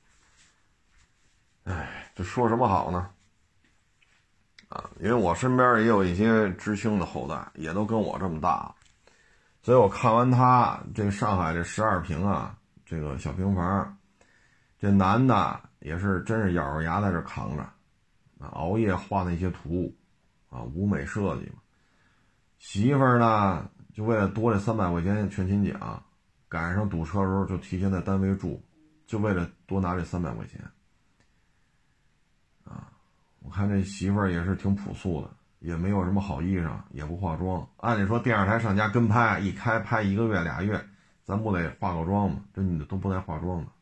这说什么好呢？啊，因为我身边也有一些知青的后代，也都跟我这么大了，所以我看完他这个上海这12平啊，这个小平房，这男的也是真是咬着牙在这扛着啊，熬夜画那些图啊，舞美设计嘛。媳妇儿呢，就为了多这300块钱全勤奖，赶上堵车的时候就提前在单位住，就为了多拿这300块钱啊。我看这媳妇儿也是挺朴素的，也没有什么好衣裳，也不化妆。按理说电视台上家跟拍，一开拍1个月2月，咱不得化个妆吗？这女的都不带化妆的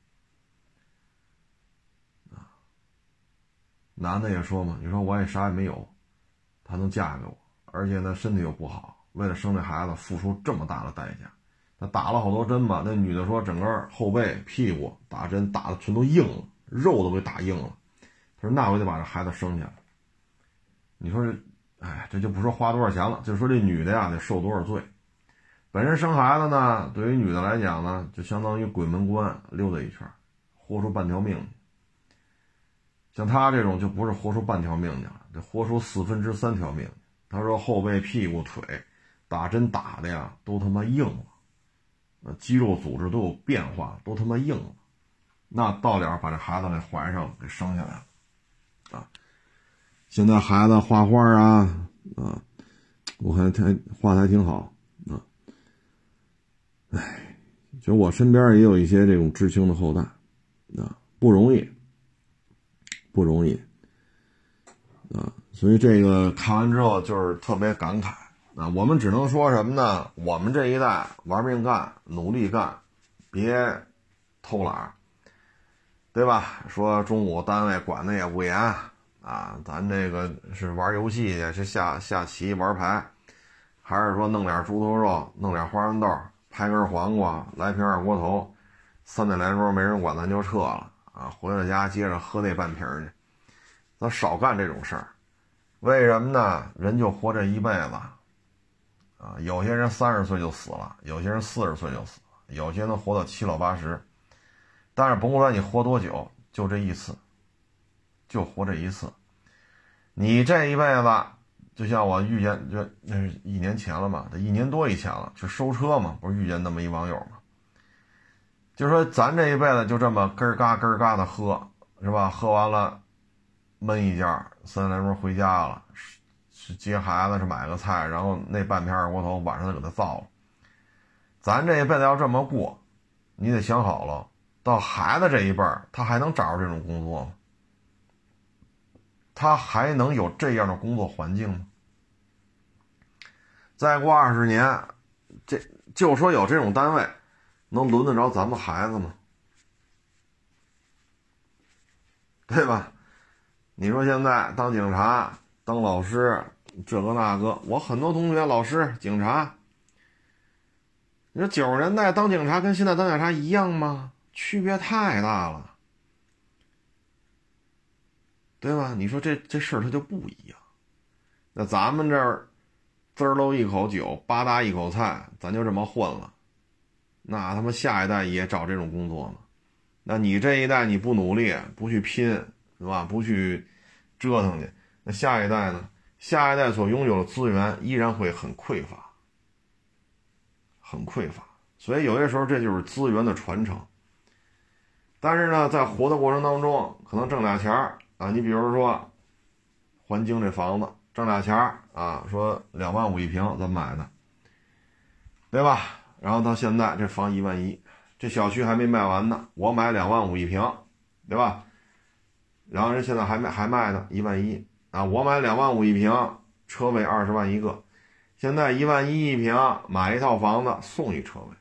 啊。男的也说嘛，你说我也啥也没有，她能嫁给我，而且呢身体又不好，为了生这孩子付出这么大的代价。他打了好多针吧，那女的说整个后背屁股打针打的全都硬了，肉都给打硬了。他说那我得把这孩子生下来。你说这，哎，这就不说花多少钱了，就说这女的呀得受多少罪。本身生孩子呢，对于女的来讲呢，就相当于鬼门关溜达一圈，豁出半条命去。像他这种就不是豁出半条命去了，得豁出3/4条命。他说后背、屁股、腿打针打的呀，都他妈硬了，肌肉组织都有变化，都他妈硬了。那到点把这孩子给怀上了，给生下来了啊！现在孩子画画啊，我看他画的还挺好啊。哎，就我身边也有一些这种知青的后代啊，不容易，不容易啊。所以这个看完之后就是特别感慨啊。我们只能说什么呢？我们这一代玩命干，努力干，别偷懒，对吧？说中午单位管的也不严啊，咱这个是玩游戏去，是下棋玩牌，还是说弄点猪头肉，弄点花生豆，拍根黄瓜，来瓶二锅头，3点来钟没人管咱就撤了啊，回了家接着喝那半瓶去。咱少干这种事儿，为什么呢？人就活这一辈子啊，有些人30岁就死了，有些人40岁就死了，有些人能活到7老80，但是甭管你活多久，就这一次，就活这一次。你这一辈子就像我遇见，就那是1年前了嘛，得1年多以前了，去收车嘛，不是遇见那么一网友嘛，就说咱这一辈子就这么咯嘎咯嘎的喝，是吧？喝完了闷一觉，3点来钟回家了，是接孩子，是买个菜，然后那半片二锅头晚上就给他造了。咱这一辈子要这么过，你得想好了，到孩子这一辈儿，他还能找着这种工作吗？他还能有这样的工作环境吗？再过20年，这就说有这种单位，能轮得着咱们孩子吗？对吧？你说现在当警察、当老师，这个那个，我很多同学老师、警察，你说90年代当警察跟现在当警察一样吗？区别太大了。对吧？你说这事儿它就不一样。那咱们这儿滋儿喽一口酒，吧嗒一口菜，咱就这么混了，那他妈下一代也找这种工作吗？ 那你这一代你不努力，不去拼，是吧？不去折腾去，那下一代呢？下一代所拥有的资源依然会很匮乏，很匮乏。所以有些时候这就是资源的传承。但是呢，在活的过程当中，可能挣俩钱啊，你比如说环京这房子挣俩钱啊，说2.5万一平咱买的，对吧？然后到现在这房1.1万，这小区还没卖完呢，我买2.5万一平，对吧？然后人现在还卖呢1.1万啊，我买2.5万一平，车位20万一个，现在1.1万一平买一套房子送一车位。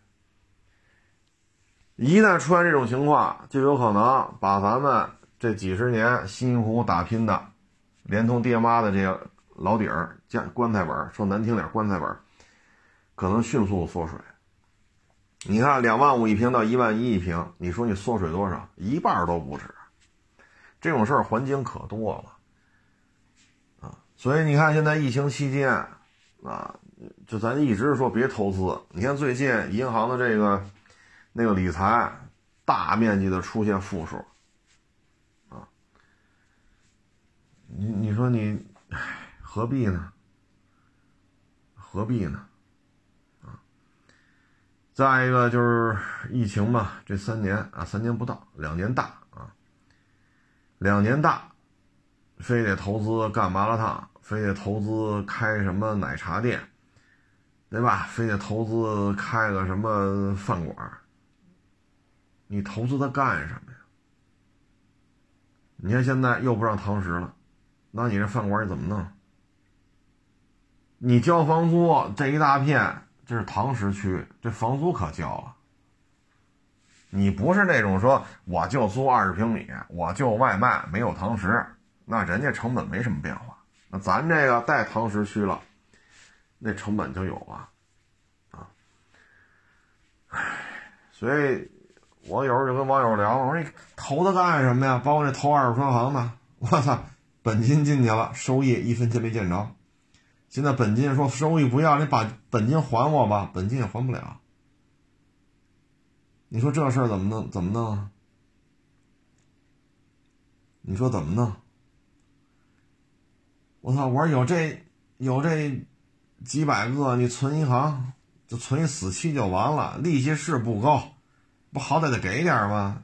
一旦出现这种情况，就有可能把咱们这几十年辛辛苦苦打拼的，连同爹妈的这个老底儿加棺材本，说难听点棺材本，可能迅速缩水。你看2.5万一平到1.1万一平，你说你缩水多少？一半都不止。这种事儿环境可多了啊！所以你看现在疫情期间啊，就咱一直说别投资。你看最近银行的那个理财大面积的出现负数啊，你说你何必呢？何必呢？啊！再一个就是疫情吧，这3年啊，3年不到，2年大啊，2年大，非得投资干麻辣烫，非得投资开什么奶茶店，对吧？非得投资开个什么饭馆，你投资它干什么呀？你看现在又不让堂食了，那你这饭馆你怎么弄？你交房租这一大片，这是堂食区，这房租可交了。你不是那种说我就租20平米，我就外卖没有堂食，那人家成本没什么变化。那咱这个带堂食区了，那成本就有了啊。所以我有时候就跟网友聊，我说你投它干什么呀？包括这投二手车行的，我操，本金进去了，收益1分钱没见着。现在本金说收益不要，你把本金还我吧，本金也还不了。你说这事儿怎么弄啊？你说怎么弄？我操！我说有这几百个，你存银行就存一死期就完了，利息是不高，不好歹得给点吧，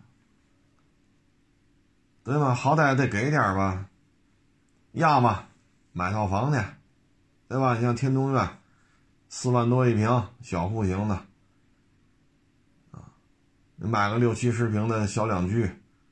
对吧？好歹得给点吧，要么买套房去，对吧？你像天通苑4万多一平，小户型的啊，你买个60-70平的小两居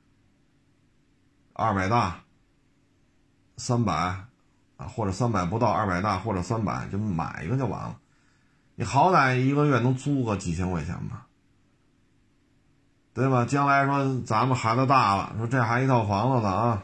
，200大，300啊，或者300不到200大，或者300，就买一个就完了。你好歹一个月能租个几千块钱吧，对吧？将来说咱们孩子大了，说这还一套房子呢啊，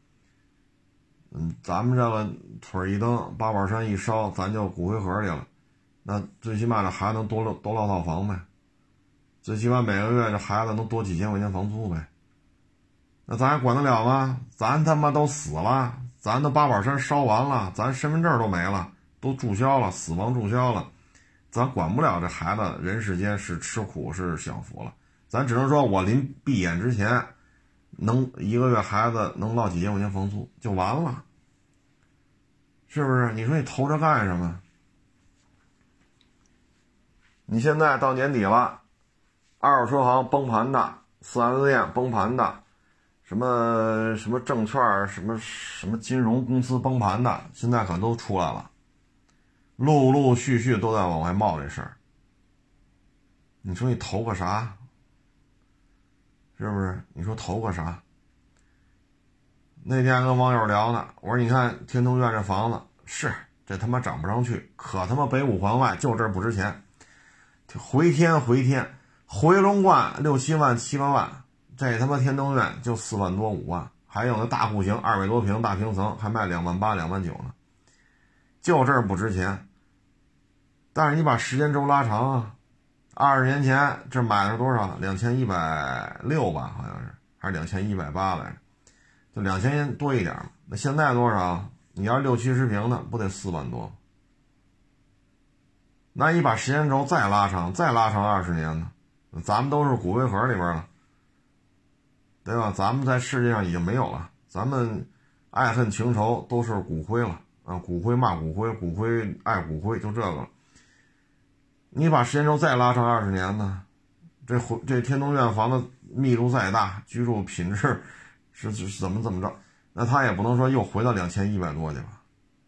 咱们这个腿一蹬，八宝山一烧，咱就骨灰盒里了。那最起码这孩子能多落套房呗，最起码每个月这孩子能多几千块钱房租呗。那咱还管得了吗？咱他妈都死了，咱的八宝山烧完了，咱身份证都没了，都注销了，死亡注销了，咱管不了这孩子人世间是吃苦是享福了。咱只能说我临闭眼之前能一个月孩子能落几千块钱房租就完了，是不是？你说你投着干什么？你现在到年底了，二手车行崩盘的，4S店崩盘的，什么证券什么金融公司崩盘的，现在可都出来了，陆陆续续都在往外冒这事儿。你说你投个啥？是不是？你说投个啥？那天跟网友聊呢，我说你看天通苑这房子是这他妈涨不上去，可他妈北五环外就这儿不值钱，回天回龙观6-7万7-8万，这他妈天通苑就4万多5万，还有那大户型200多平大平层还卖2万8、2万9呢，就这儿不值钱。但是你把时间轴拉长啊，20年前这买的是多少？2160吧，好像是，还是2180来着，就2000多一点嘛。那现在多少？你要60-70平的，不得4万多？那你把时间轴再拉长20年呢？咱们都是骨灰盒里边了， 对吧？咱们在世界上已经没有了，咱们爱恨情仇都是骨灰了啊，骨灰骂骨灰，骨灰爱骨灰，就这个。你把时间轴再拉长20年呢，这天通苑房子密度再大，居住品质是怎么着，那他也不能说又回到2100多去吧，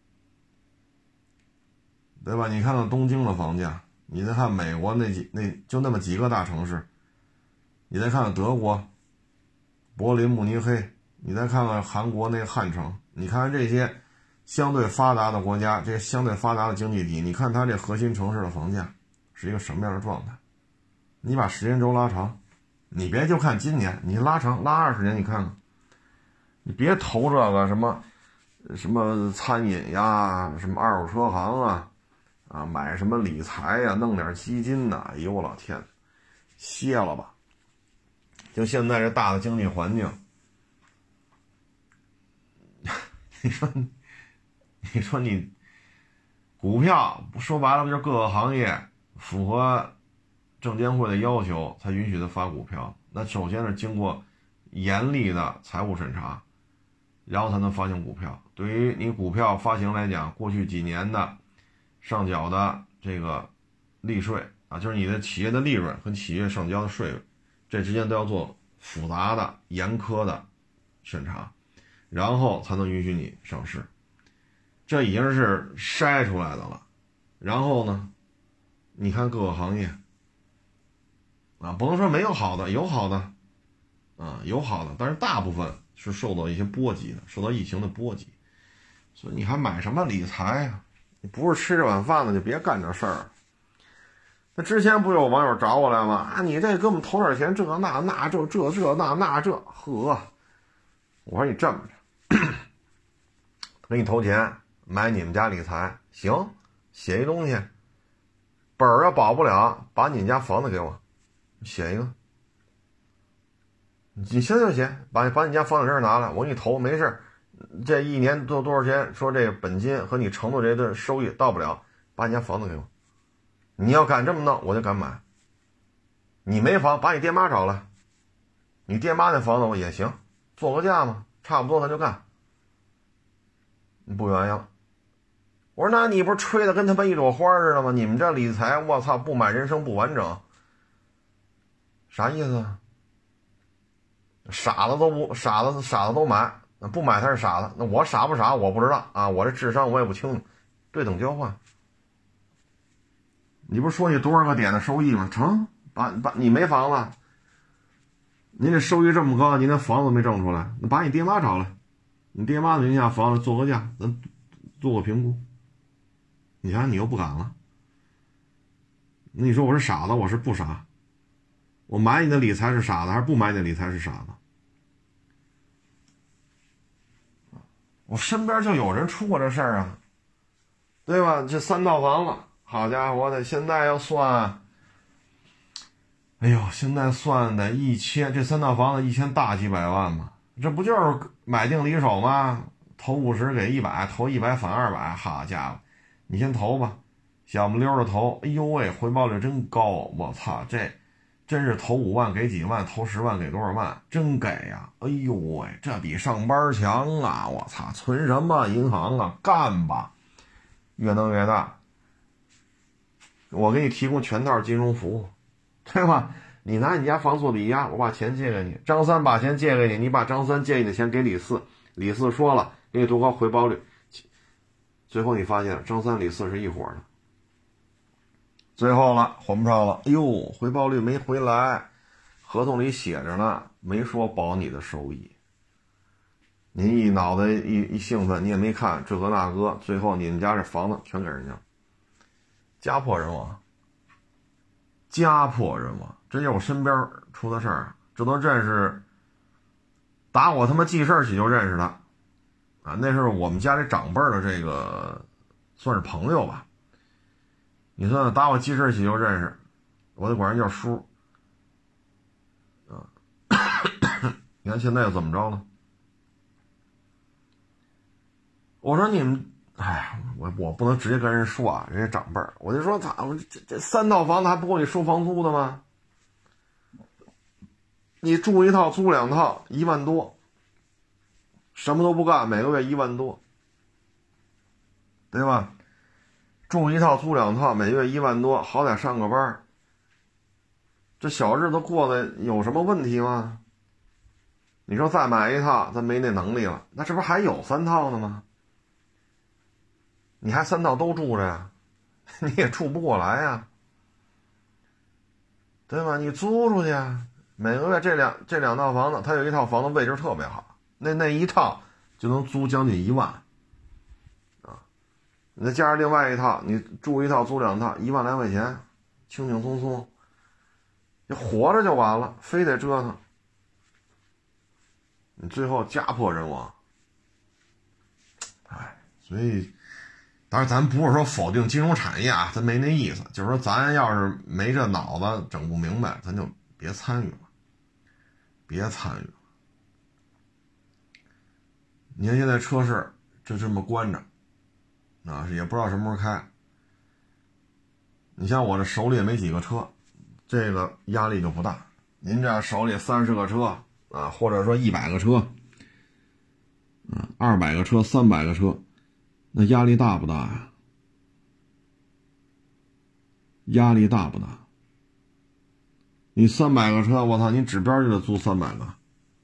对吧？你看看东京的房价，你再看美国那就那么几个大城市，你再看看德国柏林慕尼黑，你再看看韩国那个汉城，你看看这些相对发达的国家，这些相对发达的经济体，你看它这核心城市的房价是一个什么样的状态。你把时间轴拉长，你别就看今年，你拉长拉20年，你看看，你别投这个什么餐饮呀，什么二手车行啊，买什么理财呀，弄点基金呐，哎呦我老天，歇了吧。就现在这大的经济环境，你说你股票说白了不就是各个行业符合证监会的要求才允许他发股票？那首先是经过严厉的财务审查，然后才能发行股票。对于你股票发行来讲，过去几年的上缴的这个利税啊，就是你的企业的利润和企业上交的税，这之间都要做复杂的严苛的审查，然后才能允许你上市。这已经是筛出来的了。然后呢，你看各个行业啊，不能说没有好的，有好的啊，有好的，但是大部分是受到一些波及的，受到疫情的波及。所以你还买什么理财呀？你不是吃这碗饭的就别干这事儿。那之前不有网友找我来吗？啊，你这给我们投点钱，这那那呵，我说你这么着，给你投钱买你们家理财，行，写一东西，本儿要保不了，把你们家房子给我，写一个，你现在就写，把你家房产证拿来，我给你投，没事，这一年多少钱？说这个本金和你承诺这个收益到不了，把你家房子给我。你要敢这么弄，我就敢买。你没房，把你爹妈找来，你爹妈那房子我也行，做个价嘛，差不多咱就干。你不愿意了，我说那你不是吹的跟他妈一朵花似的吗？你们这理财，我操，不买人生不完整，啥意思？傻子都买，那不买他是傻子，那我傻不傻我不知道啊，我这智商我也不清楚，对等交换。你不是说你多少个点的收益吗？成，把你没房子，您这收益这么高，您连房子没挣出来，那把你爹妈找来，你爹妈的名下房子做个价，咱做个评估。你想你又不敢了，那你说我是傻子，我是不傻？我买你的理财是傻子，还是不买你的理财是傻子？我身边就有人出过这事儿啊，对吧？这3套房子。好家伙的，现在要算，哎呦，现在算的1000，这3套房子1000大几百万吗？这不就是买定离手吗？投50给100，投100返200，好家伙，你先投吧，小不溜的投，哎呦喂，回报率真高，我操，这真是投5万给几万，投10万给多少万，真给呀！哎呦喂，这比上班强啊！我操，存什么银行啊？干吧，越弄越大。我给你提供全套金融服务，对吧？你拿你家房做抵押，我把钱借给你，张三把钱借给你，你把张三借你的钱给李四，李四说了给你多高回报率，最后你发现张三李四是一伙的，最后了还不上了，哎呦，回报率没回来，合同里写着呢，没说保你的收益。您一脑袋一兴奋，你也没看这个那个，最后你们家这房子全给人家，家破人亡，家破人亡，这就是我身边出的事儿，这都认识，打我他妈记事起就认识他啊，那是我们家里长辈的这个算是朋友吧，你算打我记事起就认识，我得管人叫叔啊。你看现在又怎么着了？我说你们，哎，我不能直接跟人说啊，人家长辈儿，我就说这3套房子还不够你收房租的吗？ 你住一套租2套1万多，什么都不干，每个月1万多，对吧？住一套租2套，每月1万多，好歹上个班，这小日子过得有什么问题吗？你说再买一套，咱没那能力了，那这不还有3套呢吗？你还3套都住着呀，你也住不过来呀，对吧？你租出去啊，每个月这两套房子，它有一套房子位置特别好，那一套就能租将近1万啊，你再加上另外一套，你住一套租2套，1万来块钱，轻轻松松，你活着就完了，非得折腾，你最后家破人亡。哎，所以当然咱不是说否定金融产业啊，咱没那意思，就是说咱要是没这脑子整不明白，咱就别参与了，别参与了。你看现在车市就这么关着啊，也不知道什么时候开。你像我这手里也没几个车，这个压力就不大。您这手里30个车啊，或者说100个车200个车300个车，那压力大不大呀？压力大不大？你300个车，我操，你指标就得租300个。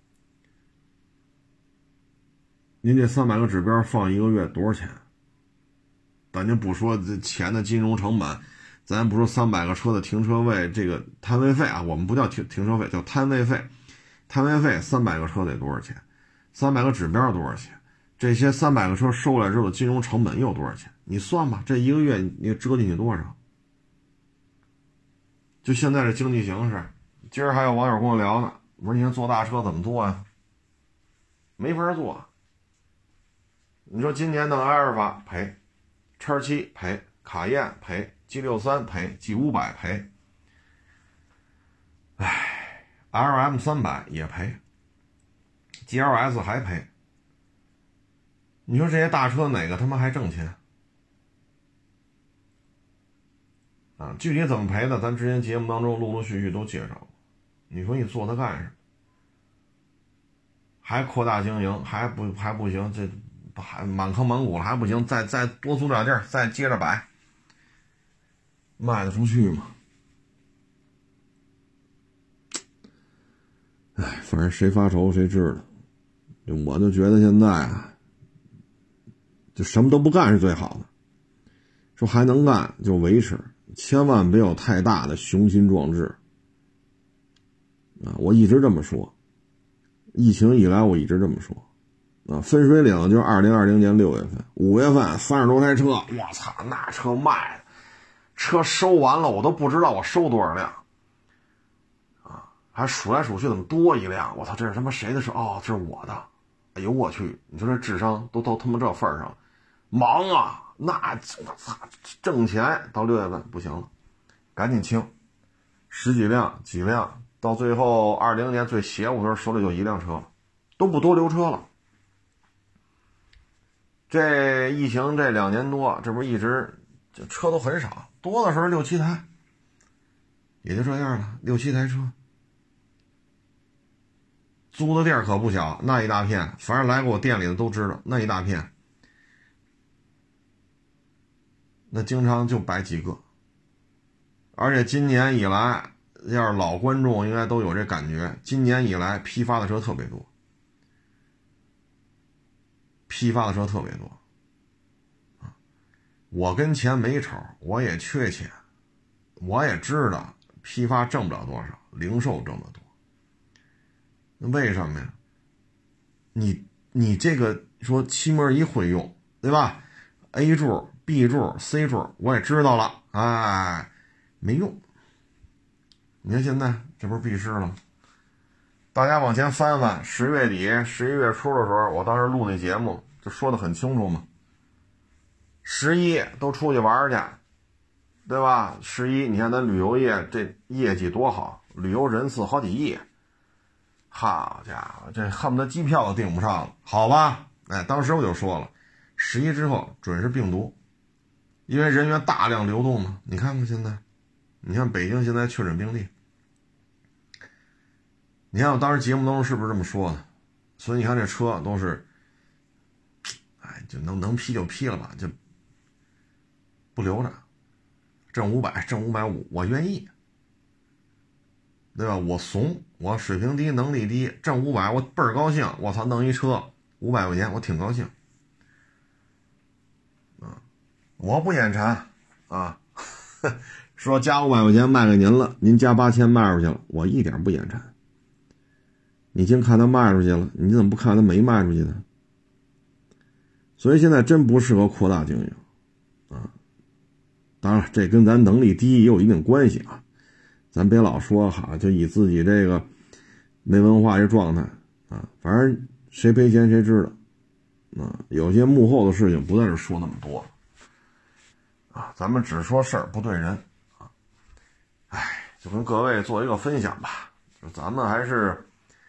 您这300个指标放1个月多少钱？咱就不说这钱的金融成本，咱不说300个车的停车位这个摊位费啊，我们不叫停车费，叫摊位费。摊位费300个车得多少钱？300个指标多少钱？这些300个车收来之后的金融成本又多少钱？你算吧，这1个月你折进去多少？就现在这经济形势，今儿还有网友跟我聊呢，我说你看坐大车怎么坐呀？没法坐。你说今年弄阿尔法赔，X7赔，卡宴赔，G63赔，G500赔，唉 ，LM300也赔，GLS 还赔。你说这些大车哪个他妈还挣钱？啊，具体怎么赔的，咱之前节目当中陆陆续续都介绍过。你说你做它干什么？还扩大经营，还不行，这还满坑满谷了，还不行，再多租点地儿，再接着摆，卖得出去吗？哎，反正谁发愁谁知道。我就觉得现在啊，就什么都不干是最好的。说还能干就维持，千万别有太大的雄心壮志啊！我一直这么说，疫情以来我一直这么说啊。分水岭就是2020年6月份、5月份30多台车，我操，那车卖的，车收完了我都不知道我收多少辆啊，还数来数去怎么多一辆？我操，这是他妈谁的车？哦，这是我的。哎呦我去，你说这智商都他妈这份儿上，忙啊！那我操，挣钱到6月份不行了，赶紧清，10几辆几辆，到最后20年最邪乎的时候手里就1辆车了，都不多留车了。这疫情这2年多，这不是一直这车都很少，多的时候6、7台，也就这样了，6、7台车。租的地儿可不小，那一大片，反正来过我店里的都知道，那一大片。那经常就摆几个，而且今年以来，要是老观众应该都有这感觉，今年以来批发的车特别多，批发的车特别多啊！我跟钱没仇，我也缺钱，我也知道批发挣不了多少，零售挣得多。那为什么呀？你这个说漆门一会用，对吧？ A 柱 B 柱 C 柱我也知道了，哎，没用。你看现在这不是闭市了吗？大家往前翻翻，10月底11月初的时候，我当时录那节目就说得很清楚嘛。11都出去玩去，对吧？11你看咱旅游业这业绩多好，旅游人次好几亿，好家伙，这恨不得机票都订不上了，好吧？哎，当时我就说了，11之后准是病毒，因为人员大量流动嘛。你看看现在，你看北京现在确诊病例， 你看我当时节目当中是不是这么说的？所以你看这车都是，哎，就能批就批了吧，就不留着，挣500挣550我愿意，对吧？我怂，我水平低能力低，挣500我倍儿高兴，我操，弄一车500块钱我挺高兴啊，我不眼馋啊。说加500块钱卖给您了，您加8000卖出去了，我一点不眼馋。你净看他卖出去了，你怎么不看他没卖出去呢？所以现在真不适合扩大经营啊。当然这跟咱能力低也有一定关系啊，咱别老说哈，就以自己这个没文化这状态啊，反正谁赔钱谁知道啊。有些幕后的事情不在这说那么多啊，咱们只说事儿不对人啊。哎，就跟各位做一个分享吧，就咱们还是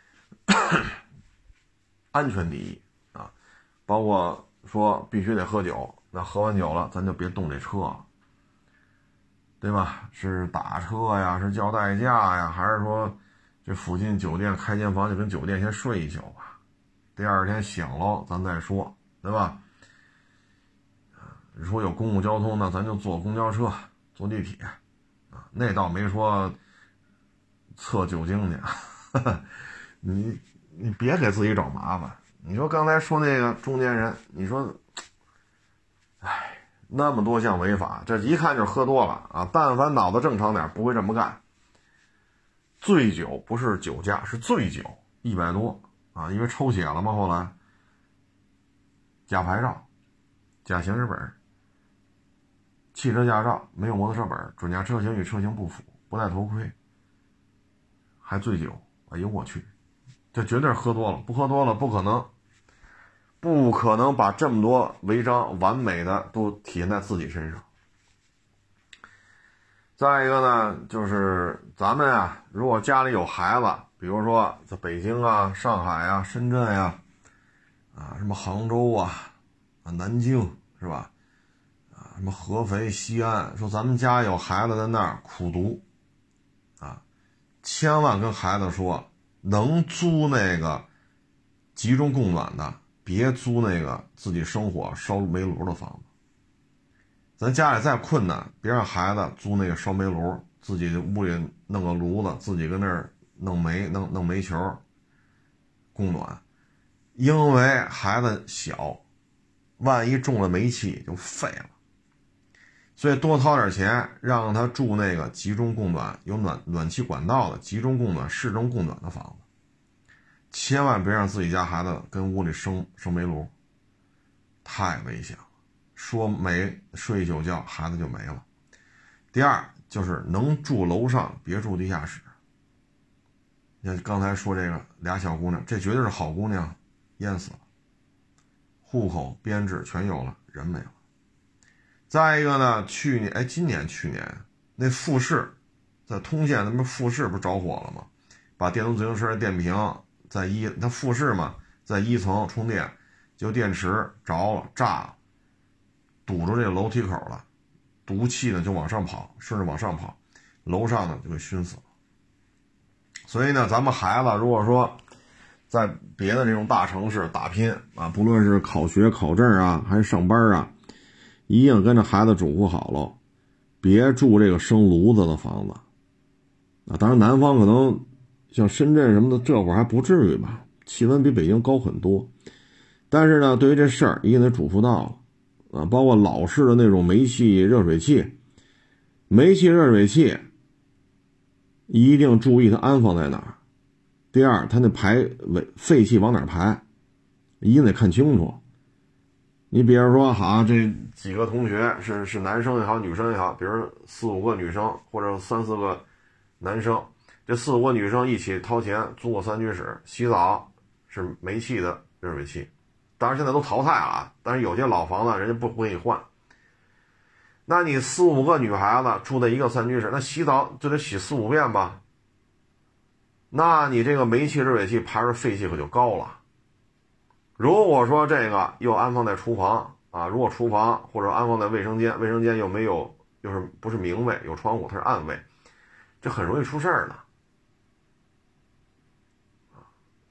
安全第一啊，包括说必须得喝酒，那喝完酒了咱就别动这车，对吧？是打车呀，是叫代驾呀，还是说这附近酒店开间房就跟酒店先睡一宿吧，第二天醒了咱再说，对吧？如果有公共交通呢，咱就坐公交车坐地铁啊，那倒没说测酒精去你别给自己找麻烦。你说刚才说那个中年人，你说哎，那么多项违法，这一看就是喝多了啊！但凡脑子正常点不会这么干。醉酒不是酒驾，是醉酒，100多啊，因为抽血了嘛，后来假牌照、假行驶本、汽车驾照没有摩托车本，准驾车型与车型不符，不戴头盔，还醉酒，哎呦我去，这绝对是喝多了，不喝多了不可能把这么多违章完美的都体现在自己身上。再一个呢，就是咱们啊，如果家里有孩子，比如说在北京啊、上海啊、深圳呀、啊，什么杭州啊、南京是吧？啊，什么合肥、西安，说咱们家有孩子在那儿苦读啊，千万跟孩子说，能租那个集中供暖的，别租那个自己生火烧煤炉的房子。咱家里再困难，别让孩子租那个烧煤炉，自己屋里弄个炉子，自己跟那儿弄煤球供暖，因为孩子小，万一中了煤气就废了。所以多掏点钱，让他住那个集中供暖有暖气管道的集中供暖市中供暖的房子，千万别让自己家孩子跟屋里生煤炉，太危险了。说没睡一宿觉孩子就没了。第二就是能住楼上别住地下室。你看刚才说这个俩小姑娘，这绝对是好姑娘，淹死了，户口编制全有了，人没了。再一个呢，去年那富士在通县，那不富士不着火了吗？把电动自行车的电瓶它富士嘛，在1层充电，就电池着了炸了，堵住这个楼梯口了，毒气呢就往上跑，顺着往上跑，楼上呢就给熏死了。所以呢，咱们孩子如果说在别的这种大城市打拼啊，不论是考学考证啊，还是上班啊，一定跟着孩子嘱咐好了，别住这个生炉子的房子啊。当然南方可能像深圳什么的这会儿还不至于吧，气温比北京高很多，但是呢，对于这事儿一定得嘱咐到了啊，包括老式的那种煤气热水器一定注意它安放在哪儿。第二，它那废气往哪儿排，一定得看清楚。你比如说，好，这几个同学是男生也好，女生也好，比如4、5个女生或者3、4个男生，这4、5个女生一起掏钱租个3居室，洗澡是煤气的热水器。当然现在都淘汰了啊，但是有些老房子人家不给你换。那你4、5个女孩子住在一个3居室，那洗澡就得洗4、5遍吧？那你这个煤气热水器排出废气可就高了。如果说这个又安放在厨房啊，如果厨房或者安放在卫生间，卫生间又没有，就是不是明卫，有窗户，它是暗卫，这很容易出事儿的。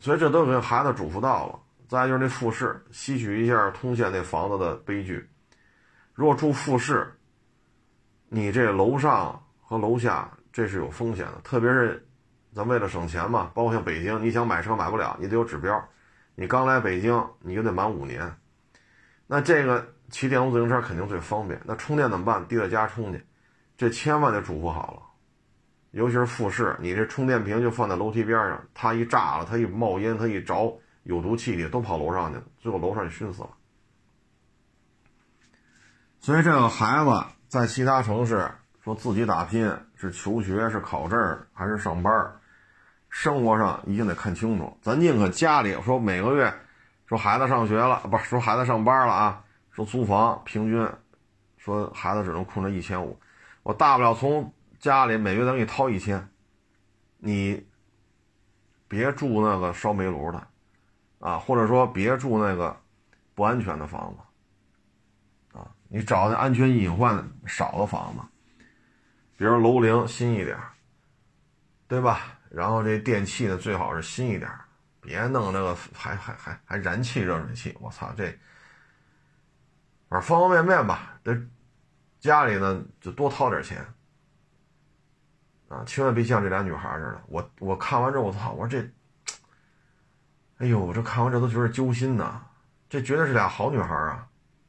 所以这都给孩子嘱咐到了。再就是那复式，吸取一下通县那房子的悲剧。如果住复式，你这楼上和楼下这是有风险的，特别是咱为了省钱嘛，包括像北京，你想买车买不了，你得有指标。你刚来北京，你就得满5年。那这个骑电动自行车肯定最方便。那充电怎么办？提到家充去，这千万得嘱咐好了。尤其是复式，你这充电瓶就放在楼梯边上，它一炸了，它一冒烟，它一着有毒气体都跑楼上去了，最后楼上就熏死了。所以这个孩子在其他城市说自己打拼，是求学，是考证，还是上班，生活上一定得看清楚。咱宁可家里说每个月说孩子上学了，不是说孩子上班了啊，说租房平均说孩子只能控制1500，我大不了从家里每月咱给你掏1000，你别住那个烧煤炉的啊，或者说别住那个不安全的房子啊，你找那安全隐患少的房子，比如楼龄新一点，对吧？然后这电器呢最好是新一点，别弄那个还燃气热水器，我操，这反正方方面面吧，这家里呢就多掏点钱啊，千万别像这俩女孩似的。我看完之后，我操，我说这，哎呦，我这看完这都觉得揪心呐，这绝对是俩好女孩啊，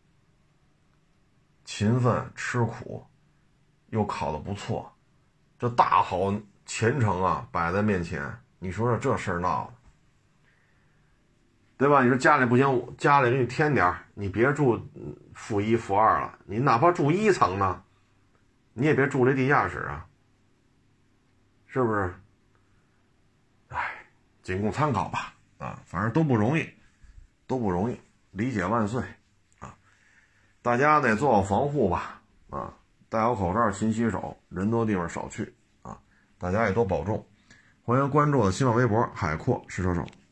勤奋吃苦，又考得不错，这大好前程啊摆在面前，你说说这事儿闹的，对吧？你说家里不行，家里给你添点，你别住负1负2了，你哪怕住1层呢，你也别住这地下室啊，是不是？哎，仅供参考吧，啊，反正都不容易，都不容易，理解万岁啊！大家得做好防护吧，啊，戴好口罩，勤洗手，人多地方少去啊，大家也多保重。欢迎关注我的新浪微博海阔试车手。